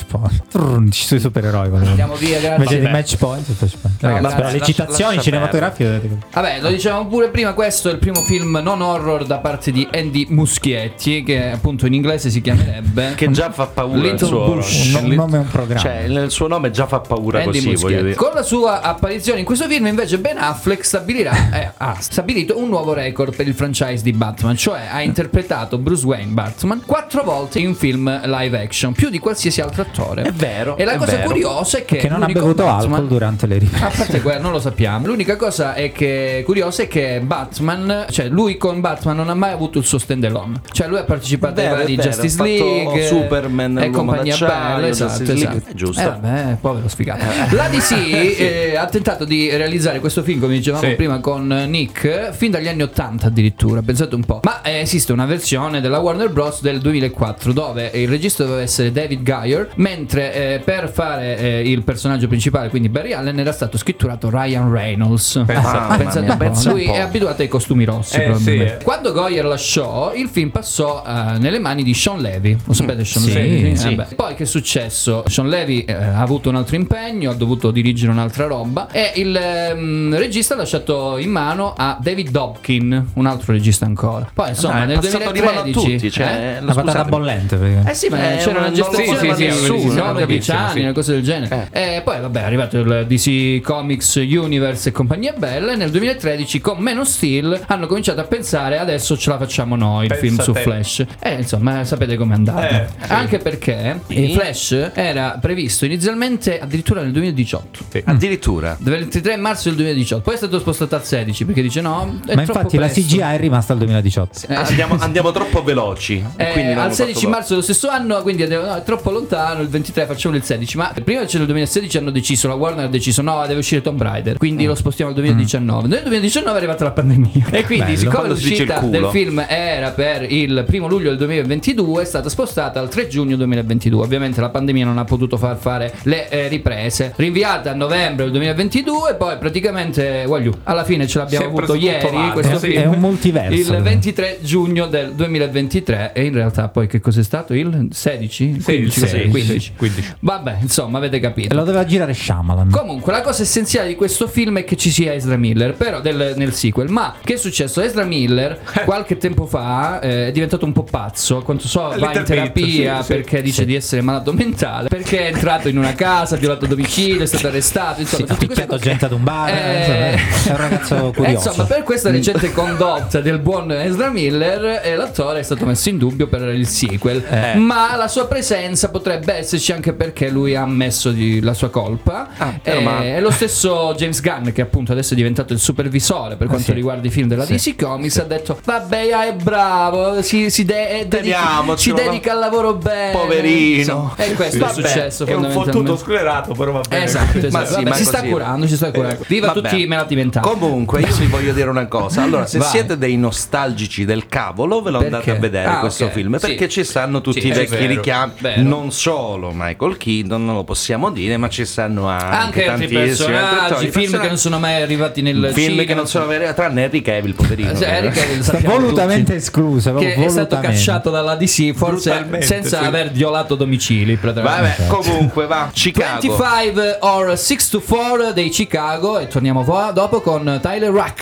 point. Trrr, ci sono i supereroi. Andiamo via, grazie. Invece di Vabbè. match point, flash point. Ragazzi, vabbè, però le lascia- citazioni lascia cinematografiche. Vabbè, lo dicevamo pure prima, questo è il primo film non horror da parte di Andy Muschietti, che appunto in inglese si chiamerebbe Che già fa paura il Little suo Bush. Un nome è un programma. Cioè, il suo nome già fa paura Andy così, voglio Muschietti. dire. Con la sua apparizione in questo film invece Ben Affleck stabilirà eh, ha stabilito un nuovo record per il franchise di Batman, cioè ha interpretato Bruce Wayne Batman quattro volte in film live action, più di qualsiasi altro attore. È vero. E la è cosa vero. curiosa è che Che non ha l'unico bevuto Batman- alcol durante le riprese. A parte quello, non lo sappiamo. L'unica cosa è che curiosa è che Batman, cioè lui con Batman non ha mai avuto il suo stand alone. Cioè lui ha partecipato Vero, ai vari è vero, Justice ha fatto League, Superman, e l'uomo compagnia d'acciaio, bella, esatto, Justice League, esatto. è giusto. Eh, vabbè, povero sfigato. La D C eh, ha tentato di realizzare questo film, come dicevamo Sì. prima con Nick, fin dagli anni ottanta addirittura, pensate un po'. Ma eh, esiste una versione della Warner Bros. Del duemilaquattro dove il regista doveva essere David Goyer, mentre eh, per fare eh, il personaggio principale, quindi Barry Allen, era stato scritturato Ryan Reynolds. Pensa- Ah, pensate mia, un po'. pensa un Lui po'. è abituato ai costumi rossi, Eh, probabilmente. sì, eh. Quando Goyer lasciò, il film passò eh, nelle mani di Sean Levy. Lo sapete Sean Sì, Levy? sì. Eh, beh. Poi che è successo? Sean Levy eh, ha avuto un altro impegno, ha dovuto dirigere un'altra roba e il ehm, regista ha lasciato in mano a David Dobkin, un altro regista ancora. Poi insomma Ah, è nel passato di mano a duemilatredici tutti, cioè, eh? Una patata scusate. bollente, praticamente. Eh sì, ma Eh, c'era non- una non gestione lo- sì, sì, sì, nessuno, sì, sì, no? sì, Dodici sì. anni, una cosa del genere. E poi vabbè è arrivato il D C Comics Universe e compagnia bella, e nel duemilatredici con Man of Steel hanno cominciato a pensare adesso ce la facciamo noi il Pensa film su te. Flash. E insomma sapete com'è andato. Eh, sì. Anche perché il Flash era previsto inizialmente addirittura nel duemiladiciotto. Addirittura. ventitré marzo del duemiladiciotto, poi è stato spostato al sedici perché dice no, è Ma troppo infatti la presto. C G I è rimasta al duemiladiciotto. Eh, Andiamo, andiamo troppo veloci. Eh, quindi l'hanno al sedici fatto marzo dello stesso anno, quindi andiamo- no, è troppo lontano. Il ventitré facciamo il sedici. Ma prima c'era il duemilasedici, hanno deciso, la Warner ha deciso no, deve uscire Tomb Raider, quindi lo spostiamo al duemiladiciannove. Nel duemiladiciannove è arrivata la pandemia e quindi Bello. siccome Quando si dice il l'uscita culo. del film era per il primo luglio del duemilaventidue, è stata spostata al tre giugno duemilaventidue. Ovviamente la pandemia non ha potuto far fare le eh, riprese, rinviata a novembre del duemilaventidue. Poi praticamente voglio, alla fine ce l'abbiamo Si è avuto preso tutto ieri l'anno. questo È- film, è un multiverso, il veramente. ventitré giugno del duemilaventitré. E in realtà poi che cos'è stato? Il sedici? quindici, sedici, quindici. quindici. Vabbè, insomma, avete E capito. lo doveva girare Shyamalan. Comunque la cosa essenziale di questo film è che ci sia Ezra Miller, però del- nel sequel. Ma che è successo? Ezra Miller qualche tempo fa eh, è diventato un po' pazzo. A quanto so va Little in bit, terapia sì, sì. perché dice di essere malato mentale, perché è entrato in una casa, ha violato domicilio, è stato arrestato, insomma, Sì, ha tutte queste picchiato cose. gente ad un bar. Eh, insomma, è un ragazzo E curioso. insomma, per questa recente condotta del buon Ezra Miller, eh, l'attore è stato messo in dubbio per il sequel. Eh. Ma la sua presenza potrebbe esserci anche perché lui ha ammesso di- la sua colpa. Ah, Eh, meno male. È lo stesso James Gunn, che appunto adesso è diventato il supervisore per quanto sì. riguarda i film della D C Comics, ha detto vabbè, ah, è bravo, si, si de- eh, dedica, Teniamocelo, si dedica al lavoro bene. Poverino. Insomma, e questo Vabbè, è successo È un fondamentalmente. fottuto sclerato, però va bene. Esatto, esatto. Ma sì, Vabbè, ma si sta così. curando, si sta curando. Viva Vabbè. tutti i malati mentali. Comunque, io vi voglio dire una cosa. Allora, se Vai. siete dei nostalgici del cavolo, ve lo Perché? andate a vedere Ah, questo ok. film. Sì. Perché ci stanno tutti Sì, i è vecchi vero, richiami. vero. Non solo Michael Keaton, non lo possiamo dire, ma ci stanno anche, Anche altri tantissimi personaggi, attori, film che non sono mai arrivati nel film cinema. che non sono veri, tranne Henry Cavill, poverino. Cioè, Henry Cavill, Sta sappiamo volutamente tutti, escluso. che proprio è stato volutamente. cacciato dalla D C forse Brutalmente, senza sì. aver violato domicili praticamente. Vabbè, comunque va, Chicago. venticinque or sei to quattro dei Chicago, e torniamo qua dopo con Tyler Rack.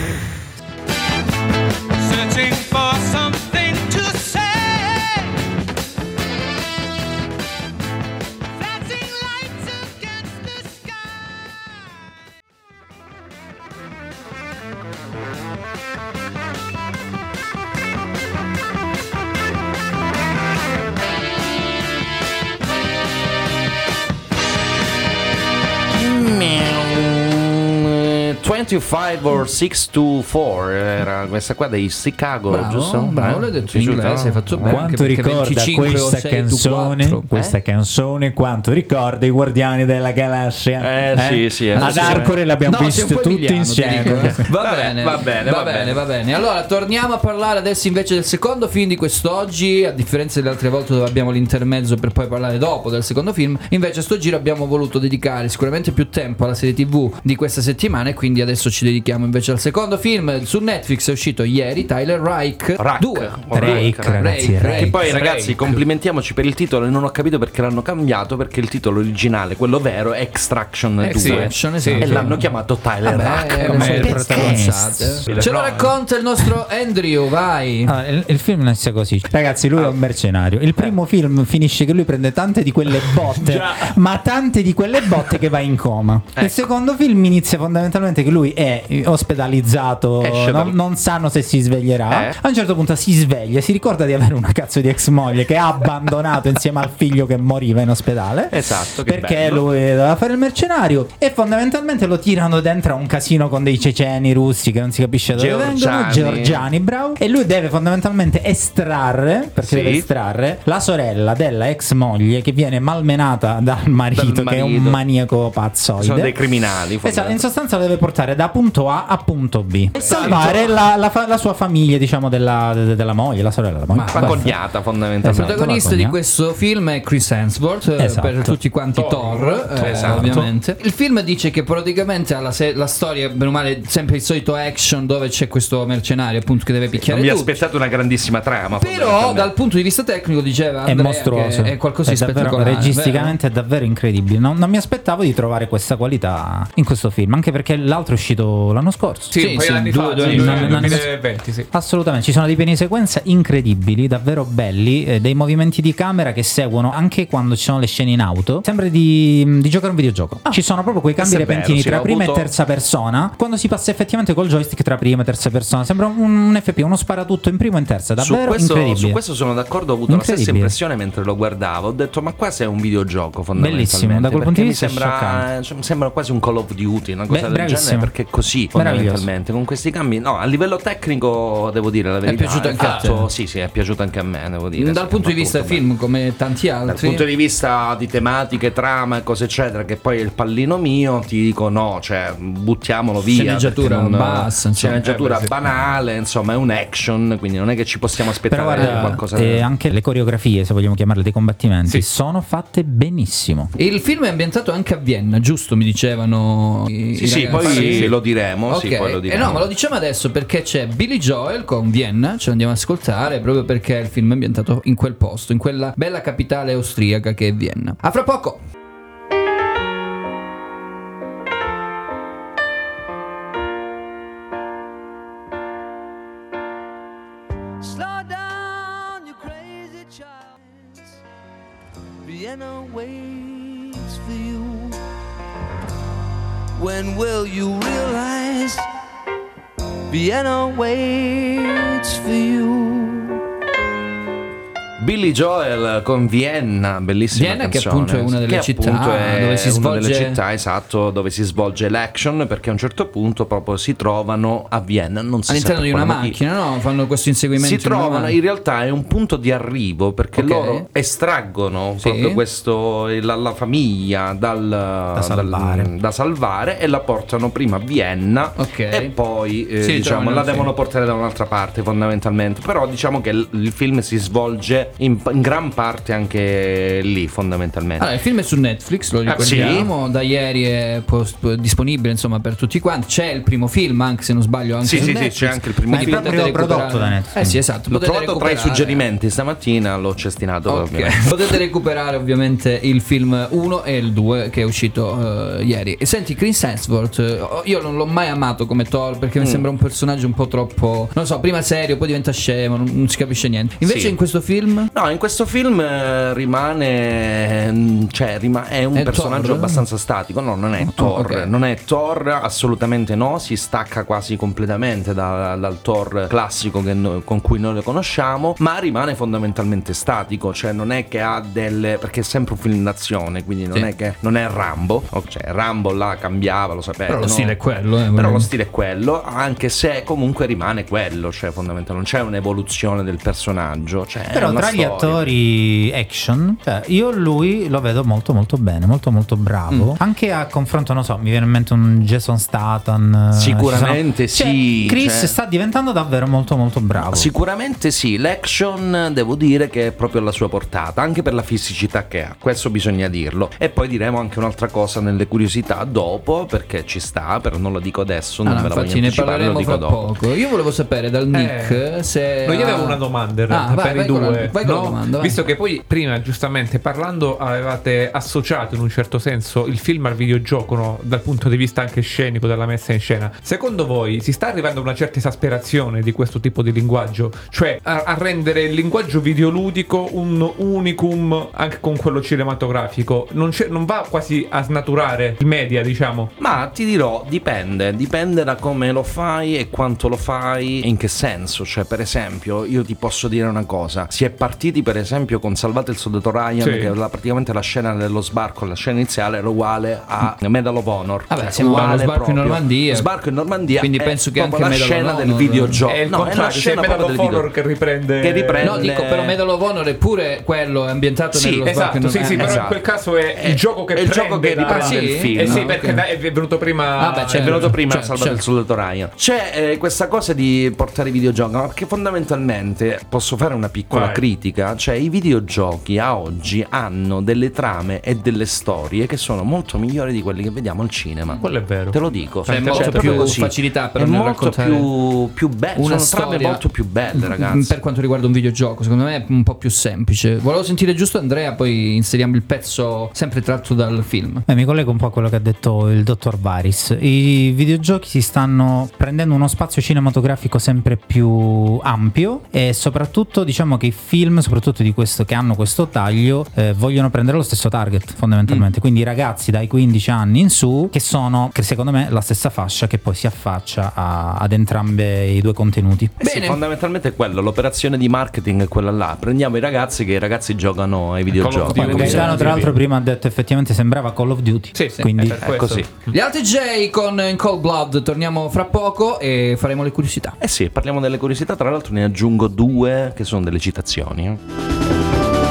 Searching for something to say. Flashing lights against the sky. venticinque or sei to quattro era questa qua dei Chicago, Bravo, giusto? bravo, Eh? l'hai detto in Piaciuta? inglese, hai fatto bene. Quanto anche perché ricorda venticinque o questa sei to canzone? quattro. Questa canzone, quanto ricorda i Guardiani della Galassia? Eh, sì, sì, eh. Ad Sì, Arcore l'abbiamo No, sei un visto po' tutti emiliano, ti dico, insieme. eh. Va Vabbè, bene, va bene, va va bene, bene. va bene. Allora, torniamo a parlare adesso invece del secondo film di quest'oggi. A differenza delle altre volte dove abbiamo l'intermezzo per poi parlare dopo del secondo film, invece a sto giro abbiamo voluto dedicare sicuramente più tempo alla serie tivù di questa settimana, e quindi adesso adesso ci dedichiamo invece al secondo film. Su Netflix è uscito ieri, Tyler Rake due. Rake, ragazzi, Rake. Che poi, Rake. ragazzi, complimentiamoci per il titolo. E non ho capito perché l'hanno cambiato. Perché il titolo originale, quello vero, è Extraction due. Extraction, esatto. E l'hanno chiamato Tyler Rake. Come Perché? protagonista. Ce lo racconta il nostro Andrew, vai. Allora, il, il film inizia così. Ragazzi, lui è un mercenario. Il primo film finisce che lui prende tante di quelle botte, ma tante di quelle botte che va in coma. Ecco. Il secondo film inizia fondamentalmente che lui è ospedalizzato, Esce non, dal- non sanno se si sveglierà. Eh. A un certo punto si sveglia, si ricorda di avere una cazzo di ex moglie che ha abbandonato insieme al figlio che moriva in ospedale. Esatto, che perché bello. lui doveva fare il mercenario e fondamentalmente lo tirano dentro a un casino con dei ceceni russi che non si capisce da dove vengono, Georgiani. georgiani, bravo, e lui deve fondamentalmente estrarre, perché Sì. deve estrarre la sorella della ex moglie che viene malmenata dal marito, Dal che è un marito. maniaco pazzoide. Sono dei criminali. Esatto, in sostanza lo deve portare da punto A a punto B e salvare la, la fa- la sua famiglia, diciamo, della, de- della moglie, la sorella della moglie. La Basta. cognata, Il fondamentalmente. protagonista la di cogna. questo film è Chris Hemsworth, eh, Esatto. per tutti quanti Thor, eh, Esatto. ovviamente. Il film dice che praticamente ha la, se- la storia, bene o male, sempre il solito action dove c'è questo mercenario appunto che deve picchiare Non vi tutti. aspettate una grandissima trama. Però fondamentalmente. dal punto di vista tecnico diceva È Andrea mostruoso, che è qualcosa di È davvero- spettacolare. registicamente è davvero incredibile. Non, non mi aspettavo di trovare questa qualità in questo film, anche perché l'altro è uscito l'anno scorso. Sì, Sì, un paio sì, di anni due- fa, due sì, anni due- fa. duemilaventi, sì. Assolutamente, ci sono dei piani sequenza incredibili, davvero belli, eh, dei movimenti di camera che seguono anche quando ci sono le scene in auto. Sembra di, di giocare a un videogioco. Ci sono proprio quei cambi questo è repentini vero, sì, tra ho prima avuto- e terza persona, quando si passa effettivamente col joystick tra prima e terza persona. Sembra un, un F P, uno sparatutto in prima e in terza, Su davvero questo, incredibile. su questo sono d'accordo, ho avuto la stessa Incredibile. impressione mentre lo guardavo. Ho detto, ma qua sei un videogioco fondamentalmente. Bellissimo, da quel punto di perché vista mi è sembra, cioè, mi sembra quasi un Call of Duty, una cosa Beh, del bravissimo. genere, perché è così fondamentalmente. Con questi cambi, no, a livello tecnico devo dire la verità. piaciuto anche a fatto- te? Sì, sì, è piaciuto anche a me, devo dire. Dal sì, punto di è vista fatto del molto film, come tanti bene. Dal altri, punto di vista di tematiche, trama e cose eccetera, che poi è il pallino mio, ti dico no, cioè buttiamolo via. Sceneggiatura perché non- bassa, insomma. sceneggiatura Eh, beh, sì. banale, insomma è un action, quindi non è che ci possiamo aspettare Però guarda, qualcosa eh, anche le coreografie, se vogliamo chiamarle, dei combattimenti Sì. sono fatte benissimo. il film è ambientato anche a Vienna, giusto? Mi dicevano i, Sì, i sì, ragazzi. poi lo diremo, Ok, sì, poi lo eh diremo. no, ma lo diciamo adesso perché c'è Billy Joel con Vienna, ce l'andiamo ad ascoltare proprio perché il film è ambientato in quel posto, in quella bella capitale austriaca che è Vienna. A fra poco! Slow down, you crazy child. Vienna waits for you. When will you realize Vienna waits for you? Billy Joel con Vienna, bellissima Vienna, che canzone. appunto è una delle Che città appunto è dove si una svolge- delle città, esatto, dove si svolge l'action, perché a un certo punto proprio si trovano a Vienna, non si All'interno sa di per una quale motivo. macchina, no? Fanno questo inseguimento. Si in una trovano, macchina. in realtà è un punto di arrivo, perché Ok. loro estraggono Sì. proprio questo, la, la famiglia dal, da salvare. da salvare e la portano prima a Vienna Ok. e poi eh, Sì, diciamo, trovano- la sì. devono portare da un'altra parte fondamentalmente. Però diciamo che il, il film si svolge in, in gran parte anche lì fondamentalmente. Allora, il film è su Netflix, lo ricordiamo, da ieri è post- disponibile insomma per tutti quanti. C'è il primo film, anche se non sbaglio, anche Sì, su sì, sì, Netflix. c'è anche il primo Ma è film. proprio Potete prodotto recuperare- da Netflix. Eh sì, esatto. L'ho potete trovato tra i recuperare- suggerimenti stamattina, l'ho cestinato Ok. ovviamente. Potete recuperare ovviamente il film uno e il due che è uscito eh, ieri. E senti, Chris Hemsworth, eh, io non l'ho mai amato come Thor perché mi Mm. sembra un personaggio un po' troppo, non lo so, prima serio, poi diventa scemo, non, non si capisce niente. Invece Sì. in questo film No, in questo film eh, rimane, mm, cioè rima- è un È personaggio Thor? abbastanza statico. No, non è Thor, ok. non è Thor, assolutamente no. Si stacca quasi completamente da- dal Thor classico che no- con cui noi lo conosciamo, ma rimane fondamentalmente statico. Cioè non è che ha delle, perché è sempre un film d'azione, quindi non Sì. è che non è Rambo. O- Cioè Rambo là cambiava, lo sapete. Però lo no? stile è quello, eh, Però volevo- lo stile è quello, anche se comunque rimane quello. Cioè fondamentalmente non c'è un'evoluzione del personaggio. Cioè, è Però una tra gli storia. attori action, cioè io lui lo vedo molto molto bene, molto molto bravo. Mm. Anche a confronto, non so, mi viene in mente un Jason Statham. eh, Sicuramente ci sono- sì, Cioè, Chris cioè- sta diventando davvero molto molto bravo. Sicuramente sì, l'action devo dire che è proprio alla sua portata, anche per la fisicità che ha, questo bisogna dirlo. E poi diremo anche un'altra cosa nelle curiosità dopo, perché ci sta, però non lo dico adesso, non Ah, no, me la voglio infatti ne anticipare, lo parleremo dico fra dopo. poco. Io volevo sapere dal Nick se No, io avevo ah, una domanda in realtà Ah, vai, per vai i con la- due, vai con la no? domanda, vai. Visto che poi prima giustamente parlando avevate associato in un certo senso il film al videogioco, no? Dal punto di vista anche scenico, della messa in scena. Secondo voi si sta arrivando a una certa esasperazione di questo tipo di linguaggio? Cioè a, a rendere il linguaggio videoludico un unicum anche con quello cinematografico? Non, c'è, non va quasi a snaturare il media, diciamo? Ma ti dirò, dipende, dipende da come lo fai e quanto lo fai e in che senso. Cioè, per esempio, io ti posso dire una cosa: si è partiti per esempio con Salvate il soldato Ryan, Sì. che la, praticamente la scena dello sbarco, la scena iniziale era uguale a Medal of Honor. Vabbè, Cioè, siamo allo uguale sbarco in proprio. Normandia. Sbarco in Normandia. Quindi è penso che proprio anche la Medal of scena del Honor- videogioco. È il No, è la contrario, scena c'è Medal proprio of del Honor video- che riprende... che riprende No, dico però Medal of Honor è pure quello ambientato Sì, nello sbarco in Esatto, sì, sì, Normandia. però in quel caso è il gioco che è il prende gioco che da- riprende il Sì? film. Eh sì, Ah, perché ok. da- è venuto prima... Ah, beh, È certo. venuto prima certo, Salvate il certo. soldato Ryan. C'è eh, questa cosa di portare i videogiochi, ma perché fondamentalmente posso fare una piccola Vai. critica. Cioè, i videogiochi a oggi hanno delle trame e delle storie che sono molto migliori di quelli che vediamo al cinema. Quello è vero. Te lo dico. Cioè, è Cioè, molto è proprio più così. facilità però è nel molto raccontare più, più bello. una Sono trame storia molto più belle, Mm, ragazzi. per quanto riguarda un videogioco, secondo me è un po' più semplice. Volevo sentire giusto Andrea, poi inseriamo il pezzo sempre tratto dal film. Eh, mi collego un po' a quello che ha detto il dottor Varis. I videogiochi si stanno prendendo uno spazio cinematografico sempre più ampio e soprattutto diciamo che i film, soprattutto di questo che hanno questo taglio, eh, vogliono prendere lo stesso target fondamentalmente. Quindi i ragazzi dai quindici anni in su, che sono, che secondo me, la stessa fascia che poi si affaccia a- ad entrambe i due contenuti. Eh sì, fondamentalmente è quello, l'operazione di marketing è quella là. Prendiamo i ragazzi che i ragazzi giocano ai videogiochi. Poi Gaetano tra l'altro prima ha detto effettivamente sembrava Call of Duty. Sì, sì, quindi è per È questo. così. Gli altri J con In Cold Blood, torniamo fra poco e faremo le curiosità. Eh sì, parliamo delle curiosità, tra l'altro ne aggiungo due che sono delle citazioni. eh.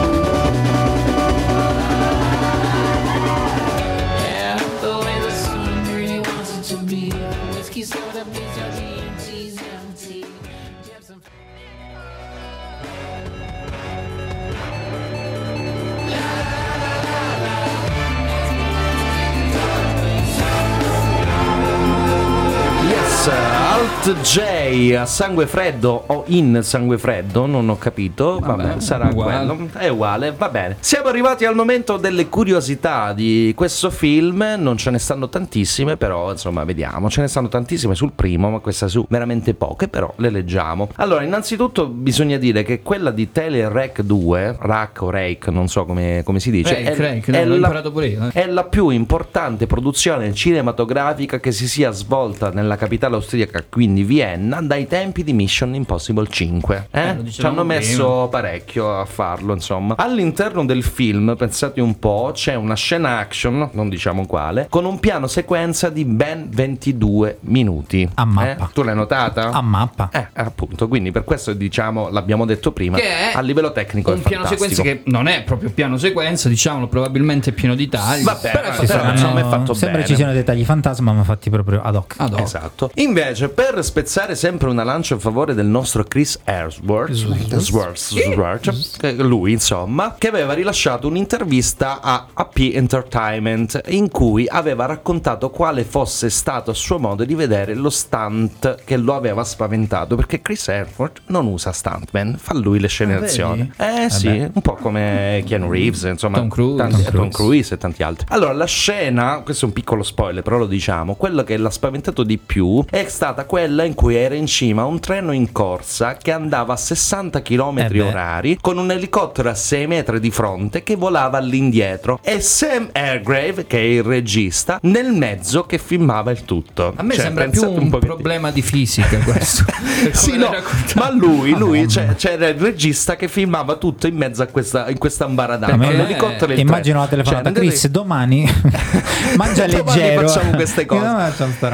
Yes, Alt J a sangue freddo o in sangue freddo, non ho capito, vabbè, Vabbè, sarà uguale. quello, è uguale, va bene. Siamo arrivati al momento delle curiosità di questo film, non ce ne stanno tantissime, però insomma vediamo, ce ne stanno tantissime sul primo, ma queste su veramente poche, però le leggiamo. Allora, innanzitutto bisogna dire che quella di Tele-Rec due, Rack o Rake, non so come, come si dice, Rake, è, Rake, no, è l'ho la- imparato pure io, eh. è la più importante produzione cinematografica che si sia svolta nella capitale austriaca, quindi Vienna, dai tempi di Mission Impossible cinque. Eh? Eh, lo Ci dicevamo hanno messo prima. parecchio a farlo, insomma. All'interno del film, pensate un po', c'è una scena action, non diciamo quale, con un piano sequenza di ben ventidue minuti. A mappa. Eh? Tu l'hai notata? a mappa. Eh, appunto, quindi per questo diciamo, l'abbiamo detto prima, Che è a livello tecnico un è piano fantastico. sequenza che non è proprio piano sequenza, diciamolo, probabilmente pieno di tagli. Vabbè, però è ci fatto sono- bene. insomma, è fatto Sembra bene. ci siano dei tagli fantasma, ma fatti proprio ad hoc. Ad hoc. Esatto. Invece, per spezzare sempre una lancia a favore del nostro Chris Hemsworth, Hemsworth, che- lui insomma, che aveva rilasciato un'intervista a A P Entertainment in cui aveva raccontato quale fosse stato a suo modo di vedere lo stunt che lo aveva spaventato, perché Chris Hemsworth non usa stuntman, fa lui le scene Ah, d'azione. vedi? Eh sì, Vabbè. un po' come Keanu Reeves, insomma, Tom Cruise. tanti- Tom Tom Cruise. Cruise e tanti altri. Allora, la scena, questo è un piccolo spoiler, però lo diciamo, quello che l'ha spaventato di più è stata quella in cui era in cima a un treno in corsa che andava a sessanta chilometri Eh beh. orari con un elicottero a sei metri di fronte che volava all'indietro e Sam Hargrave, che è il regista, nel mezzo che filmava il tutto. A me Cioè, sembra più pensate un po' che- problema di fisica questo. Per Sì, come no, l'hai raccontato. ma lui, lui Madonna. cioè, c'era il regista che filmava tutto in mezzo a questa, in questa ambaradana. Perché con l'elicottero e il Immagino la treno. telefonata. Cioè, Chris, domani mangia Domani leggero. facciamo queste cose. Io non faccio sta roba. E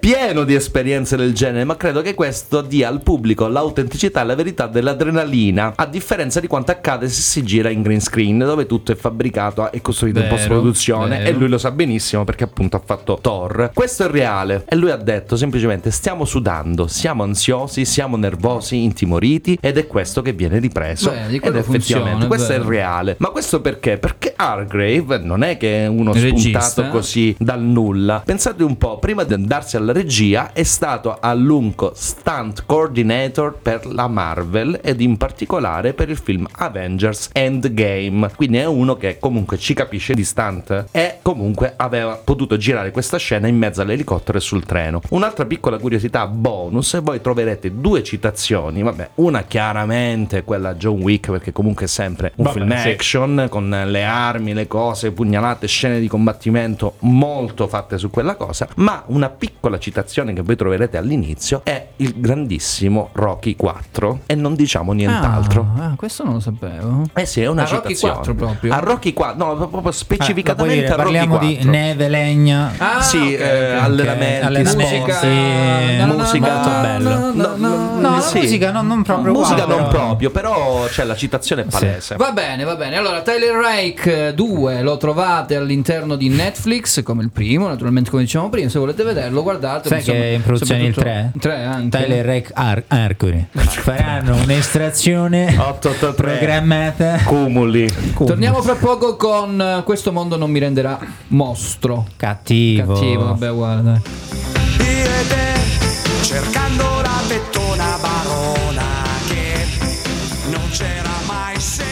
pieno di esperienze del genere, ma credo che questo dia al pubblico l'autenticità e la verità dell'adrenalina, a differenza di quanto accade se si gira in green screen, dove tutto è fabbricato e costruito Vero, in post-produzione, vero. e lui lo sa benissimo perché appunto ha fatto Thor. Questo è reale, e lui ha detto semplicemente: stiamo sudando, siamo ansiosi, siamo nervosi, intimoriti, ed è questo che viene ripreso. Beh, di ed quello effettivamente funziona, è questo è vero. reale. Ma questo perché? Perché Hargrave non è che è uno Il regista. spuntato così dal nulla. Pensate un po', prima di andarsi alla regia è stato a lungo stunt coordinator per la Marvel, ed in particolare per il film Avengers Endgame. Quindi è uno che comunque ci capisce di stunt, e comunque aveva potuto girare questa scena in mezzo all'elicottero e sul treno. Un'altra piccola curiosità bonus: voi troverete due citazioni, vabbè, una chiaramente quella John Wick, perché comunque è sempre un Vabbè, film sì. action con le armi, le cose, pugnalate, scene di combattimento molto fatte su quella cosa. Ma una piccola citazione che voi troverete all'inizio è il grandissimo Rocky quattro, e non diciamo nient'altro. Ah, ah, questo non lo sapevo. Eh sì, è una A Rocky citazione. quattro proprio? A Rocky quattro, no, proprio Eh, specificatamente dire, a Rocky parliamo quattro. di neve, legna. Ah, sì, ok, eh, ok, allenamenti, allenamenti, sport, sì, no, no, musica, molto bello. no, no, no, No, la sì. musica non, non proprio musica qua, non però- proprio, però c'è la citazione è palese. Va bene, va bene. Allora, Tyler Rake due lo trovate all'interno di Netflix come il primo, naturalmente, come dicevamo prima. Se volete vederlo, guardate. Sai che è in produzione il tre? tre anche. Tyler Rake Ar- Arcuri faranno un'estrazione otto otto tre programmata. Cumuli. Torniamo fra poco con eh, Questo mondo non mi renderà mostro. Cattivo. Cattivo, vabbè, guarda. Io e te, cercando la pettona barona che non c'era mai se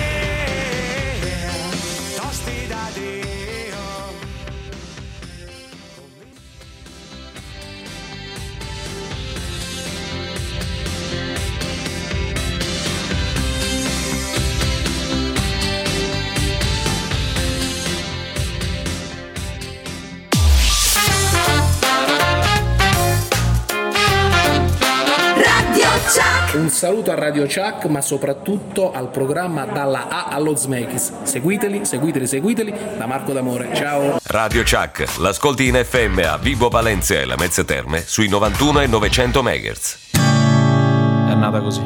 tosti da Dio. Radio Chuck. Un saluto a Radio Chuck, ma soprattutto al programma Dalla A allo Smekis. Seguiteli, seguiteli, seguiteli, da Marco D'Amore. Ciao. Radio Chuck, l'ascolti in F M a Vibo Valencia e la Mezze Terme sui novantuno e novecento megahertz. È nata così.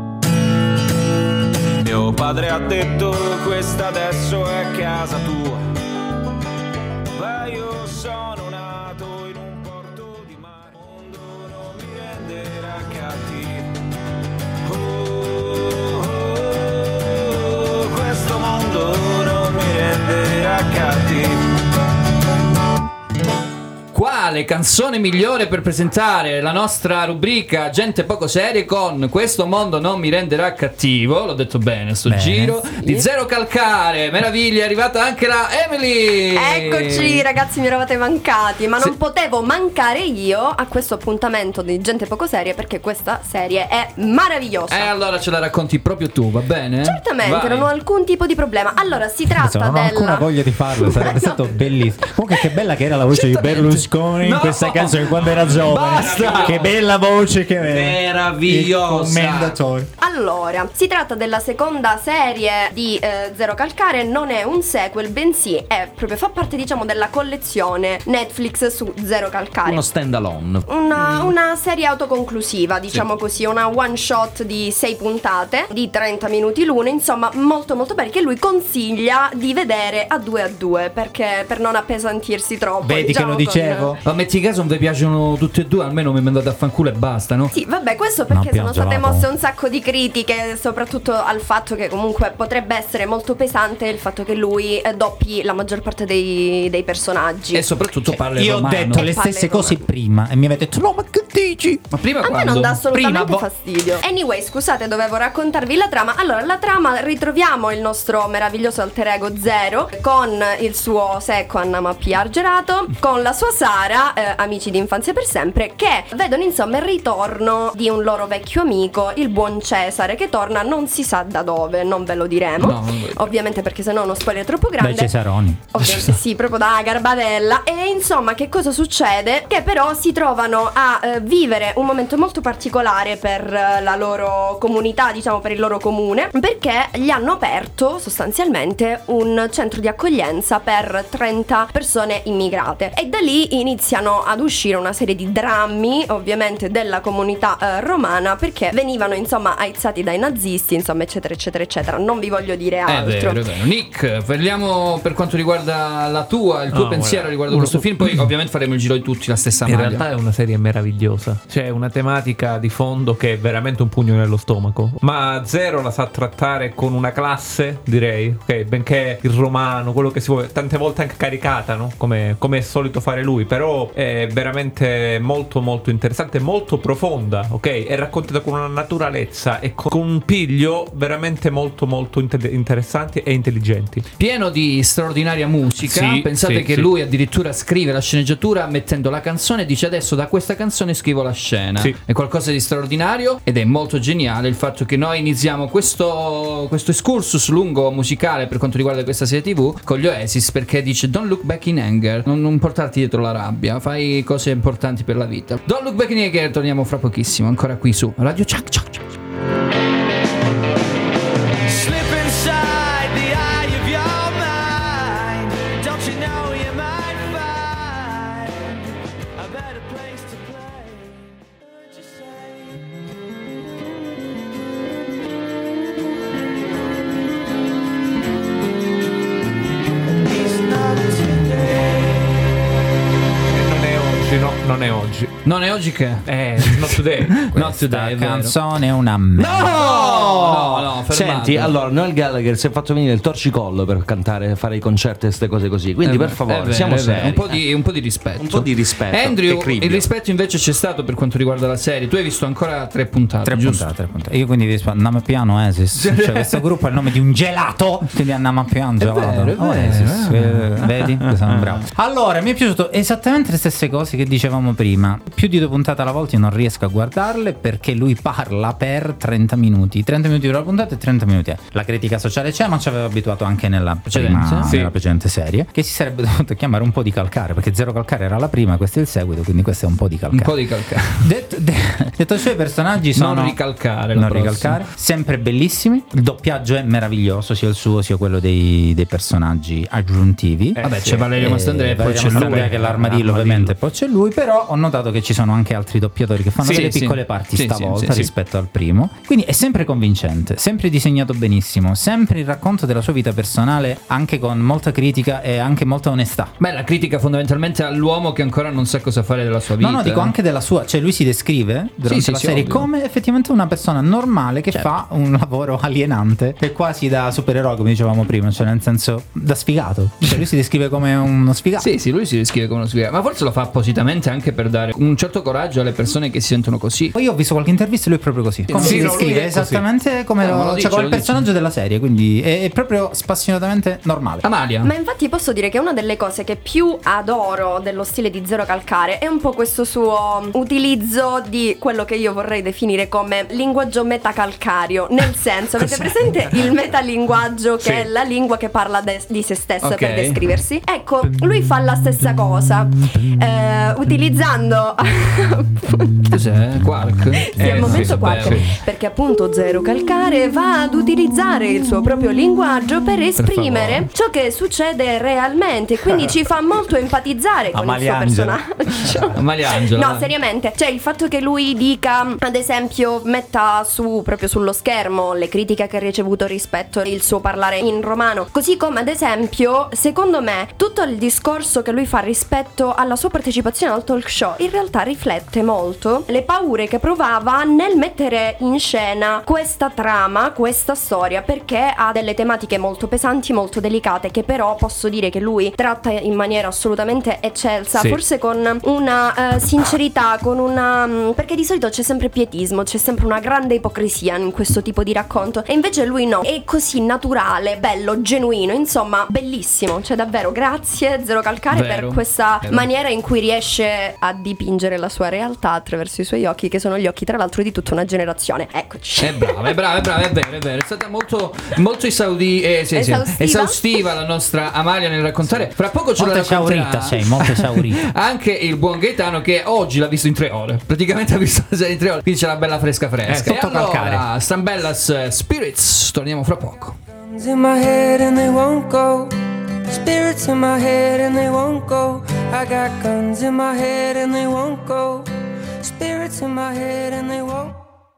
Mio padre ha detto: questa adesso è casa tua. Beh, io sono nato in un porto di mare, il mondo non mi renderà cattivo. Oh, oh, oh, questo mondo non mi renderà cattivo. Quale canzone migliore per presentare la nostra rubrica Gente poco serie con Questo mondo non mi renderà cattivo? L'ho detto bene sto Bene. giro. Di Zero Calcare, meraviglia, è arrivata anche la Emily. Eccoci ragazzi, mi eravate mancati, ma non Sì. potevo mancare io a questo appuntamento di Gente poco serie, perché questa serie è maravillosa. E allora ce la racconti proprio tu, va bene? Certamente, Vai. non ho alcun tipo di problema. Allora, si Adesso tratta non ho della... ancora voglia di farlo, sarebbe stato bellissimo. Comunque che bella che era la voce di Berlusconi in No! questa canzone quando era giovane. Basta! Che bella voce che aveva. Meravigliosa. Il commendatore. Allora, si tratta della seconda serie di eh, Zero Calcare, non è un sequel, bensì è proprio fa parte, diciamo, della collezione Netflix su Zero Calcare. Uno stand alone. Una, una serie autoconclusiva, diciamo così, una one shot di sei puntate di trenta minuti l'una, insomma molto molto bene, che lui consiglia di vedere a due a due, perché per non appesantirsi troppo. Vedi che diciamo, lo con- dicevo. Ma metti caso non vi piacciono tutte e due, almeno mi mandate a fanculo e basta, no? Sì, vabbè, questo Non perché sono state piangevo. mosse un sacco di critiche, soprattutto al fatto che comunque potrebbe essere molto pesante il fatto che lui eh, doppi la maggior parte dei, dei personaggi. E soprattutto parla in Io ho romano. detto le Parla stesse in cose prima e mi avete detto no, ma che dici? Ma prima A me quando? non dà assolutamente Prima, boh. fastidio. Anyway, scusate, dovevo raccontarvi la trama. Allora, la trama, ritroviamo il nostro meraviglioso alter ego Zero con il suo secco Anna Mappi Argerato, con la sua Sara, eh, amici di infanzia per sempre, che vedono insomma il ritorno di un loro vecchio amico, il buon Cesare, che torna non si sa da dove, non ve lo diremo. No, non lo- Ovviamente perché sennò è uno spoiler troppo grande. Dai Cesaroni. Ovviamente sì, proprio da Garbatella. E insomma, che cosa succede? Che però si trovano a eh, vivere un momento molto particolare per eh, la loro comunità, diciamo per il loro comune, perché gli hanno aperto sostanzialmente un centro di accoglienza per trenta persone immigrate. E da lì inizia iniziano ad uscire una serie di drammi, ovviamente della comunità eh, romana, perché venivano insomma aizzati dai nazisti, insomma eccetera eccetera eccetera. Non vi voglio dire È altro. vero, è vero. Nick, parliamo per quanto riguarda la tua, il tuo No, pensiero guarda, riguardo uno- questo film, poi ovviamente faremo il giro di tutti la stessa In maglia. realtà è una serie meravigliosa. C'è una tematica di fondo che è veramente un pugno nello stomaco. Ma Zero la sa trattare con una classe, direi. Ok, benché il romano, quello che si vuole, tante volte anche caricata, no? Come, come è solito fare lui. Però è veramente molto molto interessante, molto profonda, ok? È raccontata con una naturalezza e con un piglio veramente molto molto inte- interessanti e intelligenti. Pieno di straordinaria musica. Sì, Pensate sì, che sì. lui addirittura scrive la sceneggiatura mettendo la canzone e dice adesso da questa canzone scrivo la scena. Sì. È qualcosa di straordinario ed è molto geniale il fatto che noi iniziamo questo, questo excursus lungo musicale per quanto riguarda questa serie tivù con gli Oasis, perché dice don't look back in anger, non, non portarti dietro la rabbia, fai cose importanti per la vita. Don't look back in anger, torniamo fra pochissimo ancora qui su Radio Chuck Chuck Chuck. Slip inside the eye of your mind. Don't you know you might find a better place to play? What'd you say? It's not today. Non è oggi, no? Non è oggi. Non è oggi che? Eh, it's not today. Not today, è vero. canzone è una merda. No, no, fermato. Senti, allora Noel Gallagher si è fatto venire il torcicollo per cantare, fare i concerti e queste cose così. Quindi Eh per beh, favore, è vero, siamo è vero. seri. Un po' di, un po' di rispetto. Un po' di rispetto. Andrew, e cribio. il rispetto invece c'è stato per quanto riguarda la serie. Tu hai visto ancora tre puntate, Tre giusto? puntate, tre puntate. Io quindi rispondo Name Piano Oasis. Cioè questo gruppo è il nome di un gelato. Quindi Name Piano gelato. vero, è vero, Oasis. è vero. Eh, Vedi? Sono bravo. Allora, mi è piaciuto esattamente le stesse cose che dicevamo prima. Più di due puntate alla volta io non riesco a guardarle perché lui parla per trenta minuti. trenta minuti per la puntata e trenta minuti. La critica sociale c'è, ma ci aveva abituato anche nella prima, Precedente? nella Sì. precedente serie. Che si sarebbe dovuto chiamare un po' di calcare, perché Zero Calcare era la prima, questo è il seguito, quindi questo è un po' di calcare. Un po' di calcare. Detto, de- detto ciò, i personaggi sono Non ricalcare la non prossima. ricalcare, sempre bellissimi. Il doppiaggio è meraviglioso, sia il suo sia quello dei, dei personaggi aggiuntivi. Eh, Vabbè, c'è Valerio Mastandrea e poi Valerio c'è lui. Mastandrea che è l'armadillo, ovviamente, poi c'è lui. Però ho notato che ci sono anche altri doppiatori che fanno Sì, delle sì. piccole parti Sì, stavolta sì, sì, rispetto al primo. Quindi è sempre convincente, sempre disegnato benissimo, sempre il racconto della sua vita personale, anche con molta critica e anche molta onestà. Beh, la critica fondamentalmente all'uomo che ancora non sa cosa fare della sua vita. No, no, dico eh. anche della sua, cioè lui si descrive durante sì, la sì, serie ovvio. come effettivamente una persona normale che fa un lavoro alienante e quasi da supereroe, come dicevamo prima, cioè nel senso da sfigato. Cioè lui si descrive come uno sfigato. Sì, sì, lui si descrive come uno sfigato, ma forse lo fa appositamente anche per dare un certo coraggio alle persone che si sentono così. Poi io ho visto qualche intervista e lui è proprio così. Come Sì, si no, descrive lui è così. esattamente come No, lo, ma lo cioè dice, come lo il personaggio della serie, quindi è, è proprio spassionatamente normale. Amalia. Ma infatti posso dire che una delle cose che più adoro dello stile di Zero Calcare è un po' questo suo utilizzo di quello che io vorrei definire come linguaggio metacalcario. Nel senso, avete presente il metalinguaggio che Sì. è la lingua che parla de- di se stessa Ok. per descriversi? Ecco, lui fa la stessa cosa, eh, utilizzando Cos'è? Quark? Sì, è il momento sì, quark, sì. perché appunto Zero Calcare va ad utilizzare il suo proprio linguaggio per esprimere ciò che succede realmente, quindi ci fa molto empatizzare con il suo Amaliangelo. personaggio. Amaliangelo. No, seriamente, cioè il fatto che lui dica, ad esempio, metta su proprio sullo schermo le critiche che ha ricevuto rispetto il suo parlare in romano, così come ad esempio, secondo me, tutto il discorso che lui fa rispetto alla sua partecipazione al talk show in realtà riflette molto le paure che provava nel mettere in scena questa trama, questa storia, perché ha delle tematiche molto pesanti, molto delicate, che però posso dire che lui tratta in maniera assolutamente eccelsa, Sì. forse con una eh, sincerità, con una mh, perché di solito c'è sempre pietismo, c'è sempre una grande ipocrisia in questo tipo di racconto, e invece lui no, è così naturale, bello, genuino, insomma bellissimo, cioè davvero grazie Zero Calcare Vero, per questa vero. maniera in cui riesce a dipingere la sua realtà attraverso i suoi occhi, che sono gli occhi tra l'altro di tutta una generazione. Eccoci. È brava, è brava, è brava, è vero, è vero. È stata molto, molto esaudi- eh, sì, sì, Esaustiva. esaustiva la nostra Amalia nel raccontare. Fra poco ce lo Molto racconterà esaurita sei, molto esaurita. anche il buon Gaetano, che oggi l'ha visto in tre ore. Praticamente ha visto la serie in tre ore. Quindi c'è la bella fresca fresca. Eh, e sotto allora, calcare. Stambellas eh, Spirits, torniamo fra poco. in my head and they won't go. Spirits in my head and they won't go. I got guns in my head and they won't go. Spirits in my head and they won't.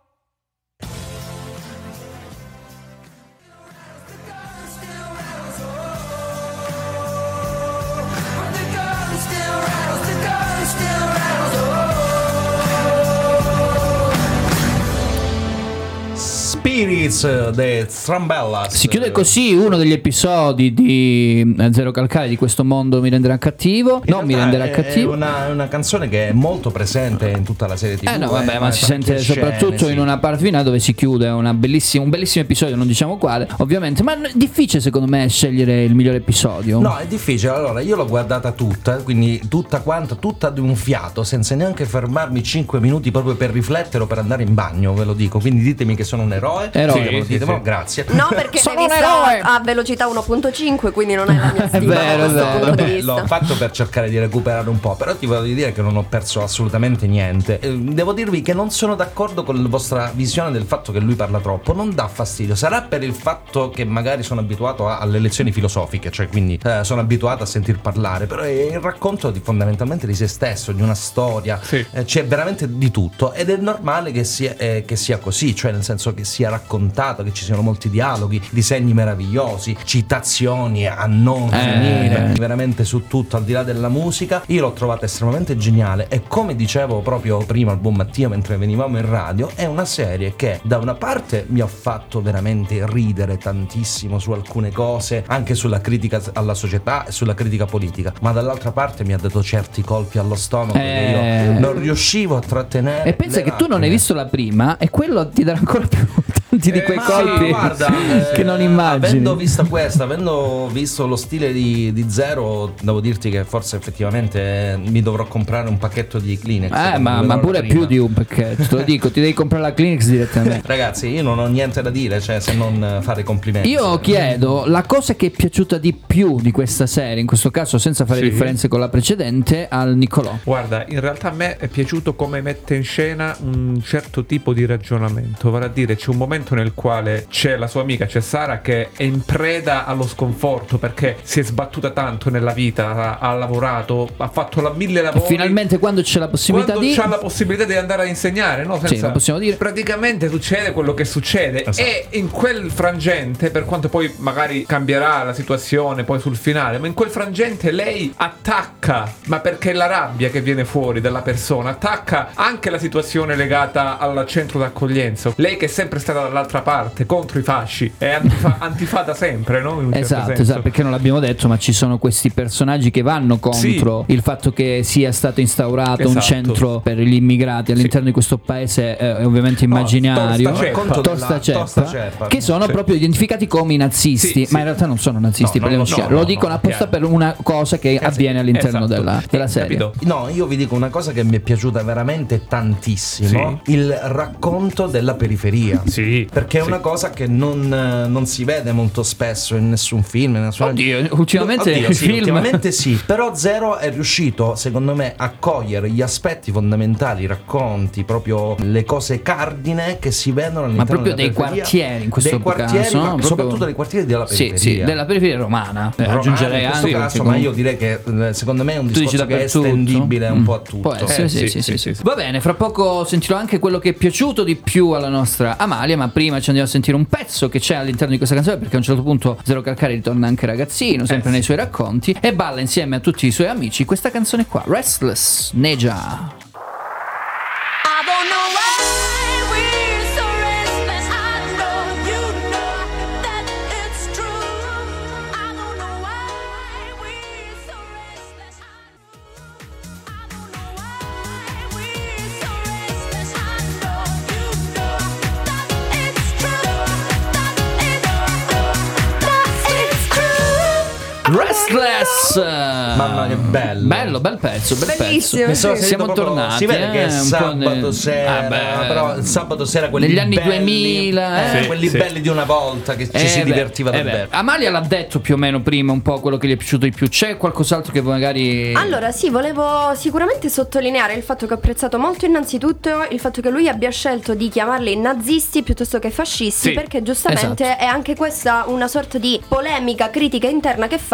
Spirits The Strambellas. Si chiude così uno degli episodi di Zero Calcare di questo mondo mi renderà cattivo. In non mi realtà renderà è cattivo. Una, una canzone che è molto presente in tutta la serie tivù. Eh no, vabbè, eh, ma si sente scene, soprattutto sì. in una parte finale dove si chiude una bellissima, un bellissimo episodio, non diciamo quale, ovviamente. Ma è difficile secondo me scegliere il migliore episodio. No, è difficile. Allora, io l'ho guardata tutta, quindi tutta quanta, tutta di un fiato, senza neanche fermarmi cinque minuti proprio per riflettere o per andare in bagno, ve lo dico. Quindi ditemi che sono un eroe. Eroe. Sì, ve lo Sì, dite, sì. ma grazie. No, perché Sono l'hai un vista eroe. a velocità uno punto cinque, quindi non hai la mia stima vero, da questo è vero. punto di Vabbè, vista. l'ho fatto per cercare di recuperare un po', però ti voglio dire che non ho perso assolutamente niente. Eh, Devo dirvi che non sono d'accordo con la vostra visione del fatto che lui parla troppo. Non dà fastidio. Sarà per il fatto che magari sono abituato a- alle lezioni filosofiche, cioè quindi eh, sono abituato a sentir parlare, però è il racconto di, fondamentalmente di se stesso, di una storia. Sì. Eh, c'è veramente di tutto ed è normale che sia, eh, che sia così, cioè nel senso che sia raccontato, che ci siano molti dialoghi, disegni meravigliosi, citazioni a non Eh. finire, veramente su tutto, al di là della musica. Io l'ho trovata estremamente geniale e come dicevo proprio prima al buon Mattia mentre venivamo in radio, è una serie che da una parte mi ha fatto veramente ridere tantissimo su alcune cose, anche sulla critica alla società e sulla critica politica, ma dall'altra parte mi ha dato certi colpi allo stomaco Eh. che io non riuscivo a trattenere. E pensa le che tu non hai lacrime. visto la prima e quello ti darà ancora più tanti di Eh, quei ma colpi guarda, che eh, non immagini. Avendo visto questa, avendo visto lo stile di, di Zero, devo dirti che forse effettivamente eh, mi dovrò comprare un pacchetto di Kleenex. Eh, come ma, vedrò ma pure prima. più di un pacchetto, te lo dico, ti devi comprare la Kleenex direttamente. Ragazzi, io non ho niente da dire, cioè se non eh, fare complimenti. Io chiedo la cosa che è piaciuta di più di questa serie, in questo caso senza fare Sì. differenze con la precedente, al Niccolò. Guarda, in realtà a me è piaciuto come mette in scena un certo tipo di ragionamento, vale a dire c'è un momento nel quale c'è la sua amica, c'è Sara, che è in preda allo sconforto perché si è sbattuta tanto nella vita, ha, ha lavorato, ha fatto la mille E lavori. finalmente quando c'è la possibilità Quando di... c'ha la possibilità di andare a insegnare, no? Senza... Sì, lo possiamo dire. Praticamente succede quello che succede. Esatto. E in quel frangente, per quanto poi magari cambierà la situazione poi sul finale, ma in quel frangente lei attacca, ma perché è la rabbia che viene fuori dalla persona, attacca anche la situazione legata al centro d'accoglienza. Lei che è sempre stata dall'altra parte, contro i fasci, è antifa, antifa da sempre, no? In un certo Esatto, senso. esatto, perché non l'abbiamo detto, ma ci sono questi personaggi che vanno contro il fatto che sia stato instaurato un Esatto. centro per gli immigrati all'interno di questo paese eh, ovviamente immaginario, tosta ceppa. Conto tosta della- ceppa, tosta ceppa. che sono Sì. proprio identificati come i nazisti, Sì, sì. ma in realtà non sono nazisti, No, per no, le- no, lo no, dicono no, apposta chiaro. per una cosa che avviene all'interno esatto. della, della serie. Capito? No, io vi dico una cosa che mi è piaciuta veramente tantissimo, il racconto della periferia. Sì. Perché è Sì. una cosa che non, eh, non si vede molto spesso in nessun film, in nessuna... Oddio, ultimamente Oddio, il sì, film- ultimamente sì, però Zero è riuscito secondo me a cogliere gli aspetti fondamentali, i racconti, proprio le cose cardine che si vedono all'interno Ma proprio della dei periferia. quartieri in questo dei quartieri, caso, ma proprio- soprattutto dei quartieri della Sì, periferia. sì, della periferia romana. Eh, Romani, aggiungerei in questo anche caso, perché ma io comunque- direi che eh, secondo me è un Tu dici discorso che è dappertutto? estendibile un Mm. po' a tutto. Può essere, Eh, sì, sì, sì, sì, sì, sì. sì. Va bene, fra poco sentirò anche quello che è piaciuto di più alla nostra Amalia, ma prima ci andiamo a sentire un pezzo che c'è all'interno di questa canzone, perché a un certo punto Zero Calcare ritorna anche ragazzino, sempre Eh, nei sì. suoi racconti, e balla insieme a tutti i suoi amici questa canzone qua, Restless Neja. I don't know why we're so restless. I know you know that it's true. I don't know why we're so restless. I don't know why we're so restless. I know you know that it's true. That it's true. Restless! Mamma che bello. Bello, bel pezzo, bel Bellissimo, pezzo. sì. Siamo Siamo proprio- tornati. si vede che eh, è un po' sabato ne- sera, Ah, beh. però il sabato sera quelli Negli anni belli, duemila, eh, Sì, quelli sì. belli di una volta che ci Eh si beh, divertiva eh beh. davvero. Amalia l'ha detto più o meno prima un po' quello che gli è piaciuto di più. C'è qualcos'altro che magari... Allora sì, volevo sicuramente sottolineare il fatto che ho apprezzato molto innanzitutto il fatto che lui abbia scelto di chiamarli nazisti piuttosto che fascisti, Sì, perché giustamente esatto. è anche questa una sorta di polemica critica interna che fa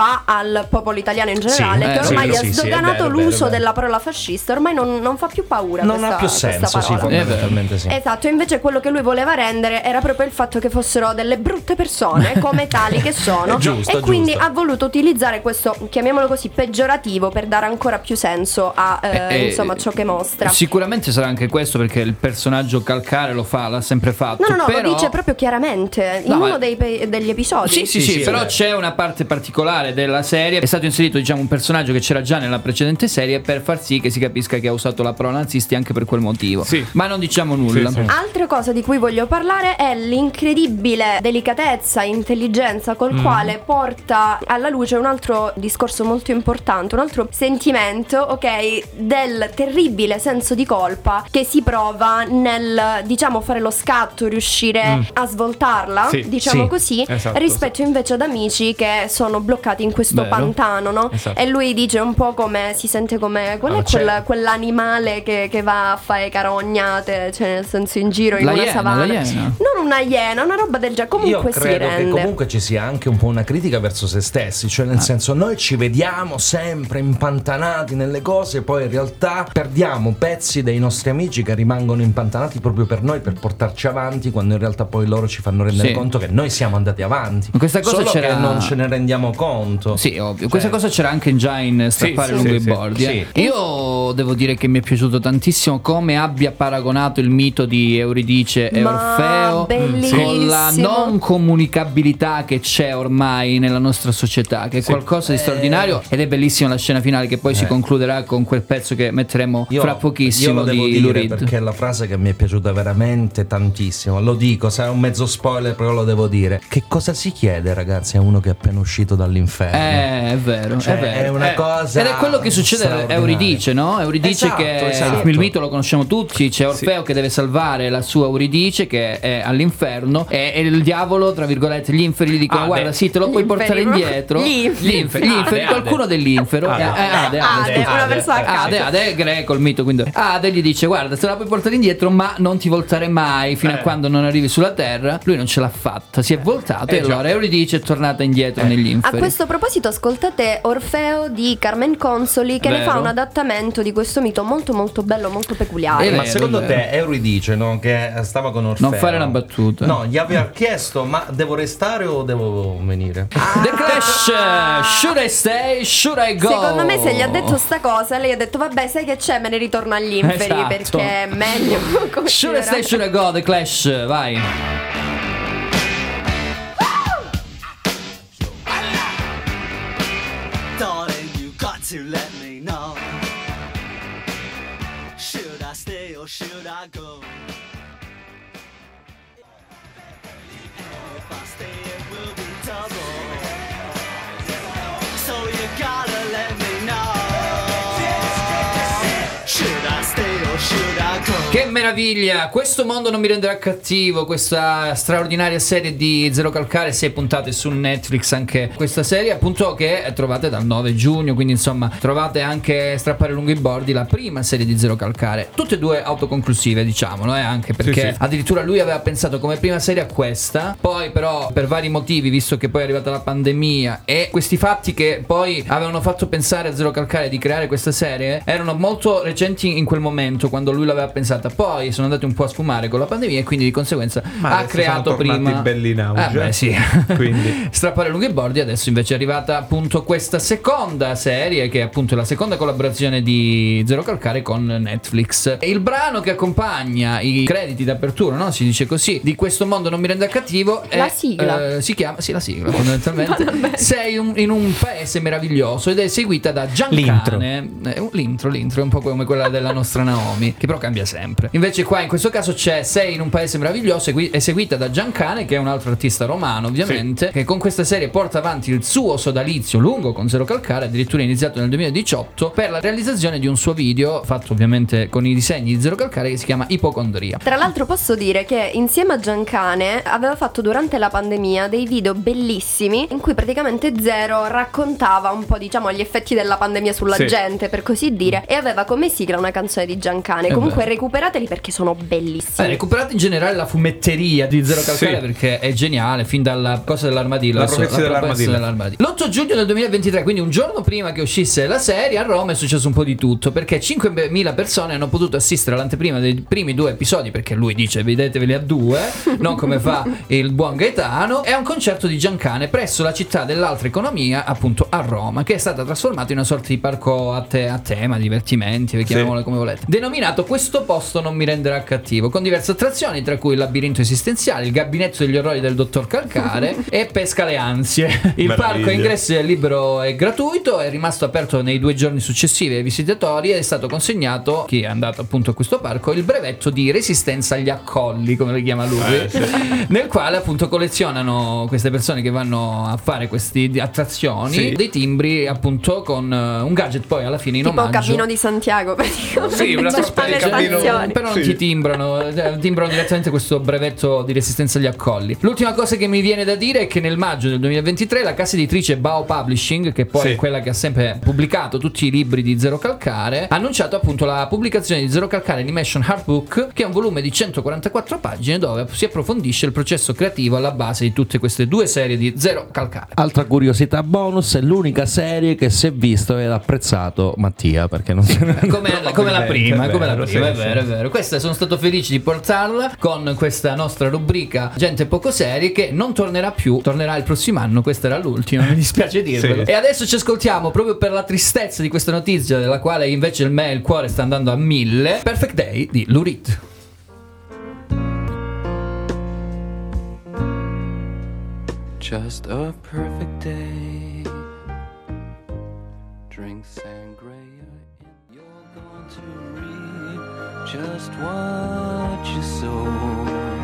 fa al popolo italiano in generale, Sì, che eh, ormai sì, ha sì, sì, sdoganato è vero, è l'uso vero, è vero. della parola fascista, ormai non, non fa più paura Non questa, ha più questa senso, sì, parola. fondamentalmente sì. Esatto, invece quello che lui voleva rendere era proprio il fatto che fossero delle brutte persone, come tali che sono, Giusto, e quindi giusto. ha voluto utilizzare questo, chiamiamolo così, peggiorativo per dare ancora più senso a eh, Eh, eh, insomma ciò che mostra. Sicuramente sarà anche questo, perché il personaggio calcare lo fa, l'ha sempre fatto. No, no, no, però... lo dice proprio chiaramente in No, uno ma- dei pe- degli episodi. Sì, sì, sì, però c'è una parte particolare della serie. È stato inserito, diciamo, un personaggio che c'era già nella precedente serie per far sì che si capisca che ha usato la parola nazisti anche per quel motivo. Sì. Ma non diciamo nulla. Sì, sì. Altra cosa di cui voglio parlare è l'incredibile delicatezza e intelligenza col Mm. quale porta alla luce un altro discorso molto importante, un altro sentimento, ok, del terribile senso di colpa che si prova nel, diciamo, fare lo scatto, riuscire Mm. a svoltarla, Sì, diciamo sì, così, esatto, rispetto invece ad amici che sono bloccati in questo Vero. pantano, no? Esatto. E lui dice un po' come si sente, come qual Ah, è ma c'è- quel- quell'animale che, che va a fare carognate, cioè nel senso in giro in La una iena, savana. la iena. Non una iena, una roba del genere. Comunque Io si credo che rende. comunque ci sia anche un po' una critica verso se stessi, cioè nel senso noi ci vediamo sempre impantanati nelle cose, poi in realtà perdiamo pezzi dei nostri amici che rimangono impantanati proprio per noi, per portarci avanti, quando in realtà poi loro ci fanno rendere Sì. conto che noi siamo andati avanti. Questa cosa Solo c'era- che non ce ne rendiamo conto. Sì, ovvio. Questa cosa c'era anche in già in Strappare sì, lungo sì, i sì. bordi. eh. Sì. Io devo dire che mi è piaciuto tantissimo come abbia paragonato il mito di Euridice e Ma Orfeo bellissimo. con la non comunicabilità che c'è ormai nella nostra società, che è qualcosa di straordinario. Ed è bellissima la scena finale che poi si Eh. concluderà con quel pezzo che metteremo Io, fra pochissimo io lo devo di dire Lou Reed. perché è la frase che mi è piaciuta veramente tantissimo. Lo dico, sarà un mezzo spoiler, però lo devo dire. Che cosa si chiede, ragazzi, a uno che è appena uscito dall'inferno? Eh, è vero, Cioè, è vero. è una Eh, cosa Ed è quello che succede a straordinaria. Euridice, no? Euridice Esatto, che esatto. il mito lo conosciamo tutti, c'è Orfeo che deve salvare la sua Euridice che è all'inferno e, e il diavolo, tra virgolette, gli inferi gli dicono Ade. guarda, sì, te lo puoi Gli portare inferi, indietro. gli inferi. Gli inferi, gli inferi, Ade, qualcuno Ade. dell'infero. Ade. Eh, Ade, Ade, Ade, scusa. una persona a caso. Ade, Ade, è greco il mito, quindi Ade gli dice guarda, te la puoi portare indietro, ma non ti voltare mai fino a Eh. quando non arrivi sulla terra. Lui non ce l'ha fatta, si è voltato Eh, e già. allora Euridice è tornata indietro Eh. negli A inferi. questo proposito ascoltate Orfeo di Carmen Consoli che ne fa Vero. un adattamento di questo mito molto molto bello, molto peculiare. Eh, Ma vero, secondo vero. te Euridice, no, che stava con Orfeo, Non fare una battuta. No, gli aveva chiesto ma devo restare o devo venire? The Clash, should I stay, should I go? Secondo me se gli ha detto sta cosa lei ha detto vabbè sai che c'è, me ne ritorno agli inferi Esatto. perché è meglio Should I stay, should I go? The Clash, vai. Darling, you got to let me know. Should I stay or should I go? If I stay, it will be double. So you gotta let me know. Should I stay or should I go? Che meraviglia! Questo mondo non mi renderà cattivo. Questa straordinaria serie di Zero Calcare, sei puntate su Netflix anche questa serie, appunto, che trovate dal nove giugno. Quindi insomma trovate anche Strappare lungo i bordi, la prima serie di Zero Calcare. Tutte e due autoconclusive, diciamolo, eh, anche perché Sì, sì. addirittura lui aveva pensato come prima serie a questa. Poi però per vari motivi, visto che poi è arrivata la pandemia e questi fatti che poi avevano fatto pensare a Zero Calcare di creare questa serie erano molto recenti in quel momento, quando lui l'aveva pensata. Poi sono andati un po' a sfumare con la pandemia e quindi di conseguenza Ma ha adesso creato sono tornati prima belli in auge. Eh beh, sì. Quindi. Strappare lungo i bordi. Adesso invece è arrivata appunto questa seconda serie, che è appunto la seconda collaborazione di Zero Calcare con Netflix. E il brano che accompagna i crediti d'apertura, no? Si dice così, di Questo mondo non mi rende cattivo è, La sigla. eh, si chiama, sì, la sigla fondamentalmente. Sei un- in un paese meraviglioso ed è seguita da Giancane. Eh, un- l'intro, l'intro è un po' come quella della nostra Naomi, che però cambia sempre. Invece qua in questo caso c'è Sei in un paese meraviglioso, egui- eseguita da Giancane, che è un altro artista romano ovviamente, che con questa serie porta avanti il suo sodalizio lungo con Zero Calcare, addirittura iniziato nel duemiladiciotto, per la realizzazione di un suo video fatto ovviamente con i disegni di Zero Calcare, che si chiama Ipocondria. Tra l'altro posso dire che insieme a Giancane aveva fatto durante la pandemia dei video bellissimi in cui praticamente Zero raccontava un po', diciamo, gli effetti della pandemia sulla Sì. gente, per così dire, e aveva come sigla una canzone di Giancane. È Comunque vero. recuperateli libri perché sono bellissimi. Eh, recuperate in generale la fumetteria di Zero Calcare, Sì. perché è geniale, fin dalla cosa dell'armadillo. La adesso- profezia profezia dell'armadillo. L'otto giugno del duemilaventitré, quindi un giorno prima che uscisse la serie, a Roma è successo un po' di tutto, perché cinquemila persone hanno potuto assistere all'anteprima dei primi due episodi, perché lui dice vedeteveli a due, non come fa il buon Gaetano. È un concerto di Giancane presso la città dell'altra economia, appunto a Roma, che è stata trasformata in una sorta di parco a, te- a tema, divertimenti, chiamiamolo come volete, denominato Questo posto non mi renderà cattivo, con diverse attrazioni, tra cui il labirinto esistenziale, il gabinetto degli orrori del dottor Calcare e Pesca le ansie. Il Meraviglia. parco è ingresso è libero e gratuito, è rimasto aperto nei due giorni successivi ai visitatori ed è stato consegnato, chi è andato appunto a questo parco, il brevetto di resistenza agli accolli, come lo chiama lui, Eh, sì. nel quale appunto collezionano queste persone che vanno a fare queste attrazioni, Sì. dei timbri appunto con eh, un gadget poi alla fine in Tipo omaggio. Cammino di Santiago, praticamente. Sì, una C'è sorta di alle cammino- stazioni. Però non Sì. ti timbrano, eh, timbrano direttamente questo brevetto di resistenza agli accolli. L'ultima cosa che mi viene da dire è che nel maggio del duemilaventitré la casa editrice Bao Publishing, che poi Sì. è quella che ha sempre pubblicato tutti i libri di Zero Calcare, ha annunciato appunto la pubblicazione di Zero Calcare Animation Artbook, che è un volume di centoquarantaquattro pagine dove si approfondisce il processo creativo alla base di tutte queste due serie di Zero Calcare. Altra curiosità bonus, è l'unica serie che si è visto ed apprezzato Mattia, perché non se ne Come, come la prima, è come la vero, prima, sì, è vero, sì. è vero. Questa sono stato felice di portarla con questa nostra rubrica Gente poco serie, che non tornerà più, tornerà il prossimo anno, questa era l'ultima, mi dispiace dirvelo. Sì. E adesso ci ascoltiamo, proprio per la tristezza di questa notizia, della quale invece il me il cuore sta andando a mille, Perfect Day di Lou Reed. Just a perfect day. Drink sangria and you're going to reap just what you sow.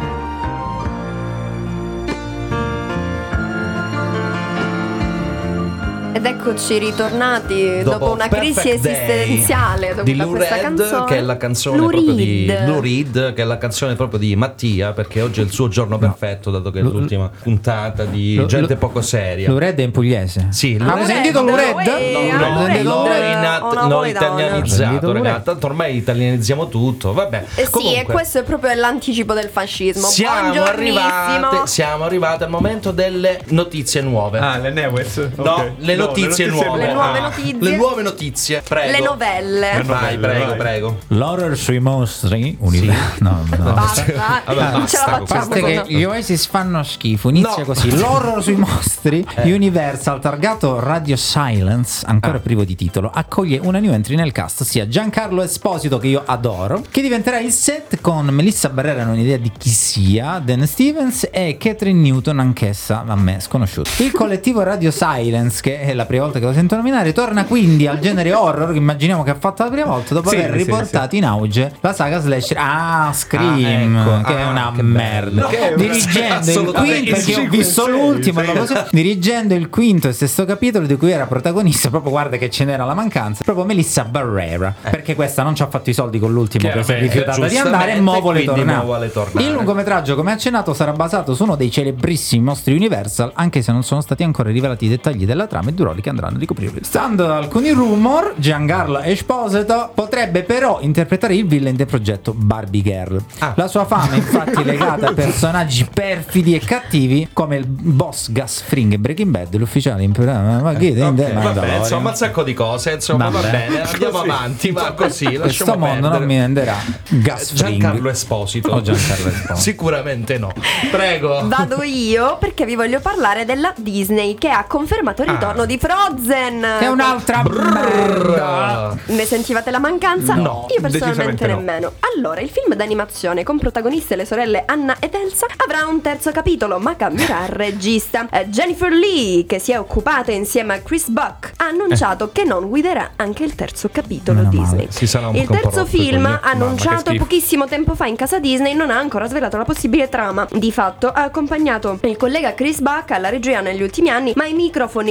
Ed eccoci ritornati dopo, Dopo una crisi Perfect Day esistenziale dopo di Lou questa Reed, canzone. che è la canzone Lou proprio di Reed. Lou Reed, che è la canzone proprio di Mattia, perché oggi è il suo giorno perfetto, dato che è l'ultima puntata di Lu- Gente Lu- poco seria. Lou Reed è in pugliese. Sì, Lou Avete Reed. sentito Lou Reed? Uè, No, Lou no, Reed. no, Noi, Una nat- voce noi donna. italianizzato, Sentito Lou ragazzi. Reed. Tanto ormai italianizziamo tutto. Vabbè. Eh sì, Comunque, e questo è proprio l'anticipo del fascismo. siamo Buongiornissimo. arrivate, siamo arrivate al momento delle notizie nuove. Ah, le Newes? No, Ok. le No, notizie nuove. Le nuove Ah. notizie. Le nuove notizie, prego. Le novelle. Le Vai, novelle, prego, vai. prego. L'horror sui mostri. Univer- No, no. Basta, Vabbè, non ce basta la con A facciamo. parte che no. gli Oasis fanno schifo, inizia No. così. L'horror sui mostri. Universal, targato Radio Silence, ancora privo di titolo, accoglie una new entry nel cast, ossia Giancarlo Esposito, che io adoro, che diventerà il set con Melissa Barrera, non ho idea di chi sia, Dan Stevens e Catherine Newton, anch'essa a me sconosciuta. Il collettivo Radio Silence, che è la prima volta che lo sento nominare, torna quindi al genere horror che immaginiamo che ha fatto la prima volta, dopo Sì, aver sì, riportato in auge la saga slasher Ah, Scream, Ah, ecco. che è Ah, una che merda. bello. Che- Dirigendo il assolutamente. quinto, perché ho Cinque, visto sei, l'ultimo, sei. non lo so. Dirigendo il quinto e stesso capitolo, di cui era protagonista, proprio guarda che ce n'era la mancanza, proprio Melissa Barrera, perché questa non ci ha fatto i soldi con l'ultimo, che si è Chiaramente, rifiutata di andare e mo giustamente, vuole quindi tornare. mo vuole tornare. Il lungometraggio, come accennato, sarà basato su uno dei celebrissimi mostri Universal, anche se non sono stati ancora rivelati i dettagli della trama e dei ruoli che andranno a ricoprire. Stando ad alcuni rumor, Giancarlo Esposito potrebbe però interpretare il villain del progetto Barbie Girl. Ah. La sua fama è infatti legata a personaggi perfidi e cattivi come il boss Gus Fring e Breaking Bad, l'ufficiale imperatore. Ma che Ok, vabbè, insomma, un sacco di cose. Insomma, va Vabbè. bene, andiamo Così. avanti. Va così. Questo lasciamo mondo perdere. non mi renderà Gus Fring. Giancarlo Esposito. O Giancarlo Esposito. Sicuramente no. Prego. Vado io perché vi voglio parlare della Disney, che ha confermato il ritorno Ah. di Frozen. È un'altra merda. Ne sentivate la mancanza? No, Io personalmente decisamente no. nemmeno. Allora, il film d'animazione con protagoniste le sorelle Anna ed Elsa avrà un terzo capitolo, ma cambierà regista. Eh, Jennifer Lee, che si è occupata insieme a Chris Buck, ha annunciato che non guiderà anche il terzo capitolo Meno male. Disney. Si sarà un Il po' terzo rotto i film, coglioni. annunciato schifo. pochissimo tempo fa in casa Disney, non ha ancora svelato la possibile trama. Di fatto ha accompagnato il collega Chris Buck alla regia negli ultimi anni, ma i microfoni di The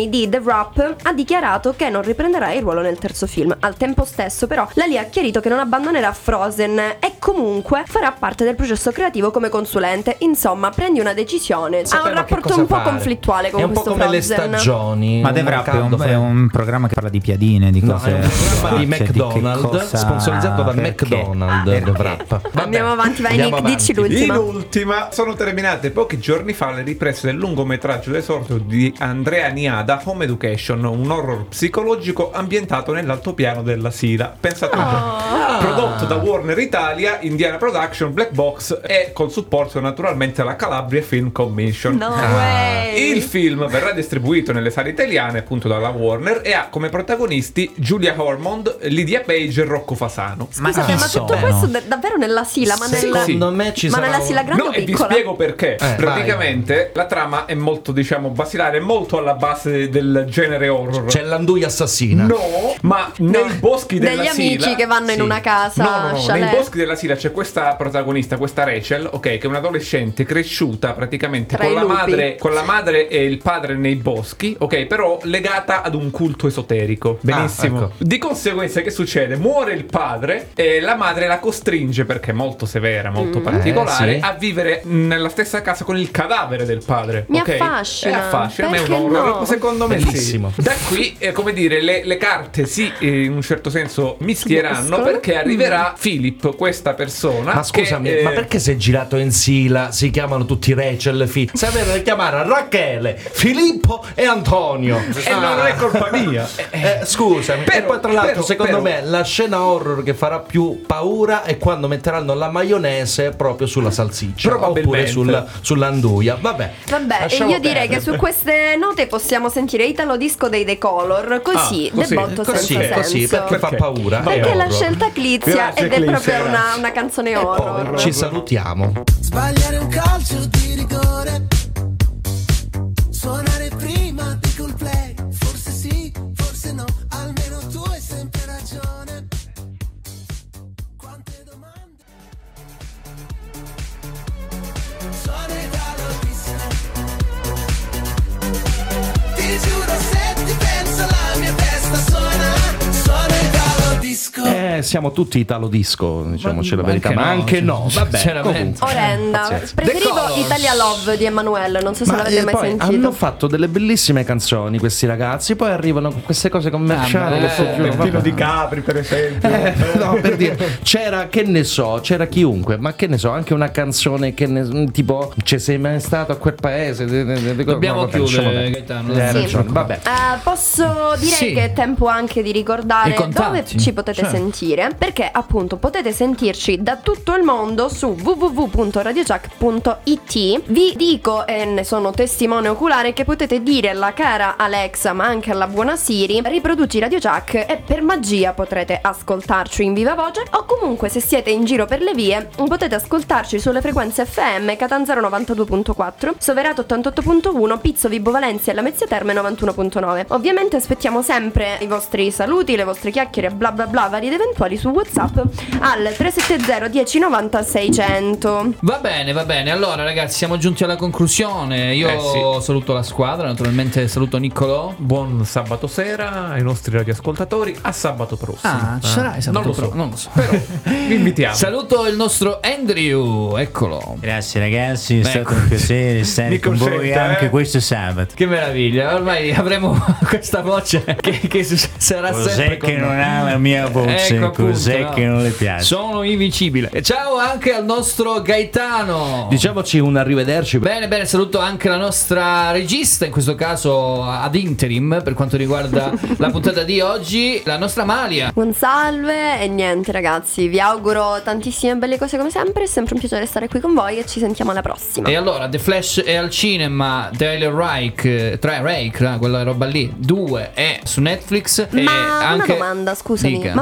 Rapp ha dichiarato che non riprenderà il ruolo nel terzo film. Al tempo stesso però Lali ha chiarito che non abbandonerà Frozen e comunque farà parte del processo creativo come consulente. Insomma, prendi una decisione. Ha Sapeva un che rapporto cosa un po' fare. conflittuale con È un po' questo come le Frozen. stagioni. Ma un The Wrap è un, caldo è un programma che parla di piadine, di No, cose. è un programma di cioè, che McDonald's, cosa- sponsorizzato da perché? McDonald's. The Wrap. Andiamo avanti, vai andiamo Nick, avanti. dici l'ultima. In ultima sono terminate pochi giorni fa le riprese del lungometraggio d'esordio di Andrea Niada, Home Education, un horror psicologico ambientato nell'altopiano della Sila. Pensate un po'. Prodotto da Warner Italia, Indiana Production, Black Box e col supporto naturalmente alla Calabria Film Commission. No way. Il film verrà distribuito nelle sale italiane appunto dalla Warner e ha come protagonisti Julia Ormond, Lydia Page e Rocco Fasano. Scusate, ma tutto questo da- davvero nella Sila? Ma, nella, Secondo me ci ma sarà nella un- Sila grande No, o e vi piccola? spiego perché. Eh, Praticamente la trama è molto, diciamo, basilare, è molto alla base del genere horror. C'è l'anduia assassina. No, ma nei boschi della Degli amici Sila che vanno in Sì. una casa, No, no, no, chalet. nei boschi della Sila c'è questa protagonista, questa Rachel, ok, che è un'adolescente cresciuta praticamente Tra con i la lupi. madre, con la madre e il padre nei boschi, ok, però legata ad un culto esoterico. Benissimo. Ah, ecco. Di conseguenza che succede? Muore il padre e la madre la costringe, perché è molto severa, molto Mm. particolare, Eh, sì. a vivere nella stessa casa con il cadavere del padre. Mi ok? affascina. E affascina, a me è un Perché horror. no? Secondo me Bellissimo. sì. Da qui, eh, come dire, le, le carte si eh, in un certo senso mischieranno, mescolano. perché arriverà Philip, questa persona. Ma scusami, che, eh, ma perché sei girato in Sila? Si chiamano tutti Rachel, fi- Sapevano chiamare Rachele, Filippo e Antonio. E non è colpa mia. Eh, scusami. Però- e poi tra l'altro, però- secondo però- me, la scena horror che farà più paura è quando metteranno la maionese proprio sulla salsiccia Probabilmente. oppure sul, sull'anduia. Vabbè. Vabbè, e lasciamo io direi perdere. che su queste note possiamo sentire Italo Disco dei The Color, così, Ah, così, del botto Così, senza così, senso. perché fa paura. Perché è la horror. scelta Clizia Grazie, ed è Clizia, proprio una, grazie. una canzone horror. Poi ci salutiamo. Sbagliare un calcio di rigore, suonare prima di Coldplay, forse sì, forse no, almeno tu hai sempre ragione. Quante domande. Sono Italo Disco. Ti giuro, se ti penso la mia testa suona. Sono Italo Disco. Eh, siamo tutti Italo Disco, diciamoci la verità, ma anche cioè, no, vabbè, sinceramente. comunque. Orrenda. Pazienza. Preferivo The Colors. Italia Love di Emanuele, non so se Ma l'avete eh, mai poi sentito. hanno fatto delle bellissime canzoni questi ragazzi, poi arrivano con queste cose commerciali. Ah, che beh, so, giuro, Bertino vabbè. Di Capri, per esempio. Eh, no, per dire, c'era, che ne so, c'era chiunque, ma che ne so, anche una canzone che ne, tipo ci sei mai stato a quel paese? De- de- de- Dobbiamo no, vabbè, chiudere, lasciamo perdere. Gaetano. Eh, Sì. ragione, vabbè. Eh, posso dire Sì. che è tempo anche di ricordare I contatti. dove ci potete Certo. sentire, perché appunto potete sentirci da tutto il mondo su w w w punto radiojack punto i t. Vi dico, e ne sono testimone oculare, che potete dire alla cara Alexa, ma anche alla buona Siri, riproduci Radio Jack, e per magia potrete ascoltarci in viva voce, o comunque se siete in giro per le vie potete ascoltarci sulle frequenze F M Catanzaro novantadue punto quattro, Soverato ottantotto punto uno, Pizzo, Vibo Valencia e Lamezia Terme novantuno punto nove. Ovviamente aspettiamo sempre i vostri saluti, le vostre chiacchiere, bla bla bla, vari ed eventuali su WhatsApp al tre sette zero uno zero nove zero sei zero zero. Va bene, va bene. Allora, ragazzi, siamo giunti alla conclusione. Io Eh, sì. saluto la squadra, naturalmente saluto Niccolò. Buon sabato sera ai nostri radioascoltatori. A sabato prossimo. Ah, ci sarai Eh, sabato non lo so. pro- non lo so. Però vi invitiamo. Saluto il nostro Andrew, eccolo. Grazie ragazzi, è stato Ecco. un piacere stare Mi con voi concetta, anche eh? questo sabato. Che meraviglia, ormai avremo questa voce che, che sarà Cos'è sempre con che non noi. ha la mia voce? Ecco, appunto, Cos'è no. che non le piace? Sono invincibile. E ciao anche al nostro Gaetano. Diciamoci un arrivederci. Bene, bene, saluto anche la nostra regista, in questo caso ad interim, per quanto riguarda la puntata di oggi, la nostra Malia. Buon salve e niente ragazzi, vi auguro tantissime belle cose come sempre, è sempre un piacere stare qui con voi e ci sentiamo alla prossima. E allora, The Flash è al cinema, Taylor Reich, tre Reich, eh, quella roba lì, due è su Netflix. Ma e una anche... domanda, scusami, Dica. ma prossima settimana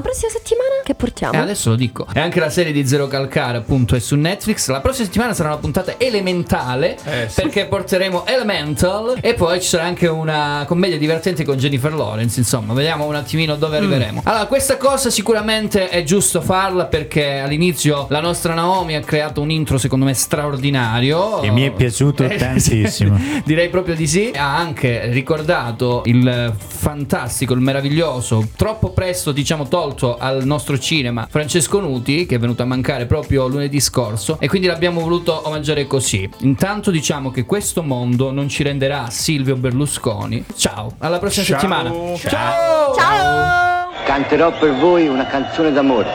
settimana che portiamo? E adesso lo dico. E anche la serie di Zero Calcare appunto è su Netflix. La prossima settimana sarà una puntata elementale, Eh, sì. perché porteremo Elemental. E poi ci sarà anche una commedia divertente con Jennifer Lawrence. Insomma, vediamo un attimino dove arriveremo. Allora, questa cosa sicuramente è giusto farla, perché all'inizio la nostra Naomi ha creato un intro secondo me straordinario, E mi è piaciuto Eh, tantissimo. Direi proprio di sì. Ha anche ricordato il fantastico, il meraviglioso, troppo presto diciamo tolto al nostro cinema, Francesco Nuti, che è venuto a mancare proprio lunedì scorso, e quindi l'abbiamo voluto omaggiare così. Intanto diciamo che questo mondo non ci renderà Silvio Berlusconi. Ciao, alla prossima Ciao. settimana. Ciao. Ciao! Canterò per voi una canzone d'amore.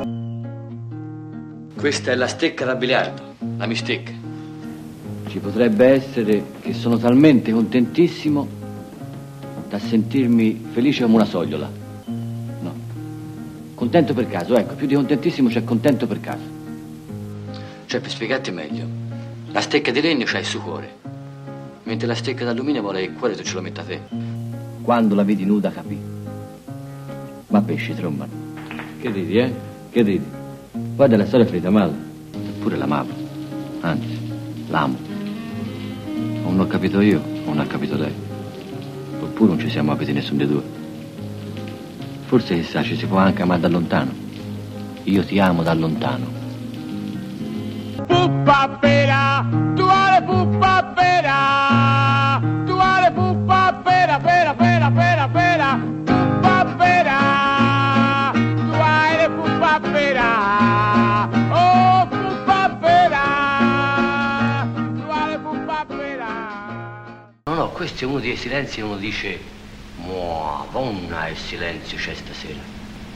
Questa è la stecca da biliardo, la mia stecca. Ci potrebbe essere che sono talmente contentissimo da sentirmi felice come una sogliola. No. Contento per caso, ecco, più di contentissimo c'è contento per caso. Cioè, per spiegarti meglio, la stecca di legno c'ha il suo cuore, mentre la stecca d'alluminio vuole che il cuore tu ce lo metta a te. Quando la vedi nuda capì. Ma pesci trombano. Che ridi, eh? Che ridi? Guarda, la storia è finita male. Eppure l'amavo. Anzi, l'amo. O non ho capito io, o non ha capito lei. Oppure non ci siamo capiti nessuno dei due. Forse chissà, ci si può anche amare da lontano. Io ti amo da lontano. Puppa pera, tu ale puppa pera, tu ale puppa pera, pera, pera, pera, pera, puppa pera, tu ale puppa pera, oh puppa pera, tu ale puppa pera. No, no, questo è uno dei silenzi che uno dice, Madonna, il silenzio c'è stasera.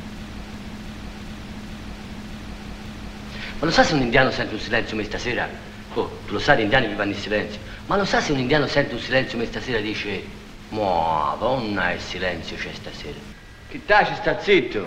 Ma lo sa se un indiano sente un silenzio come stasera? Oh, tu lo sai, gli indiani vivono in silenzio. Ma lo sa se un indiano sente un silenzio come stasera e dice, Madonna, il silenzio c'è stasera. Che taci, sta zitto.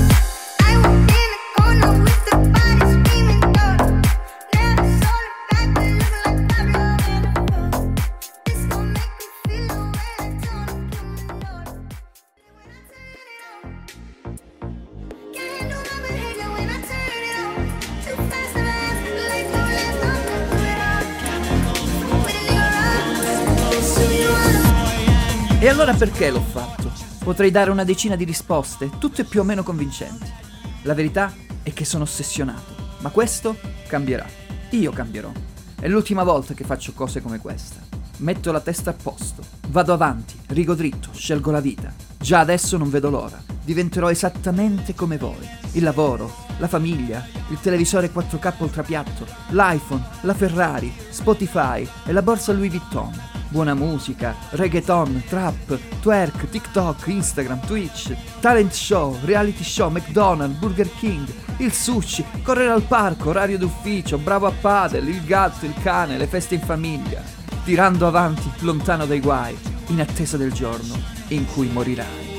E allora perché l'ho fatto? Potrei dare una decina di risposte, tutte più o meno convincenti. La verità è che sono ossessionato, ma questo cambierà. Io cambierò. È l'ultima volta che faccio cose come questa. Metto la testa a posto, vado avanti, rigo dritto, scelgo la vita. Già adesso non vedo l'ora. Diventerò esattamente come voi. Il lavoro, la famiglia, il televisore quattro K ultrapiatto, l'iPhone, la Ferrari, Spotify e la borsa Louis Vuitton. Buona musica, reggaeton, trap, twerk, TikTok, Instagram, Twitch, talent show, reality show, McDonald's, Burger King, il sushi, correre al parco, orario d'ufficio, bravo a padel, il gatto, il cane, le feste in famiglia. Tirando avanti, lontano dai guai, in attesa del giorno in cui morirai.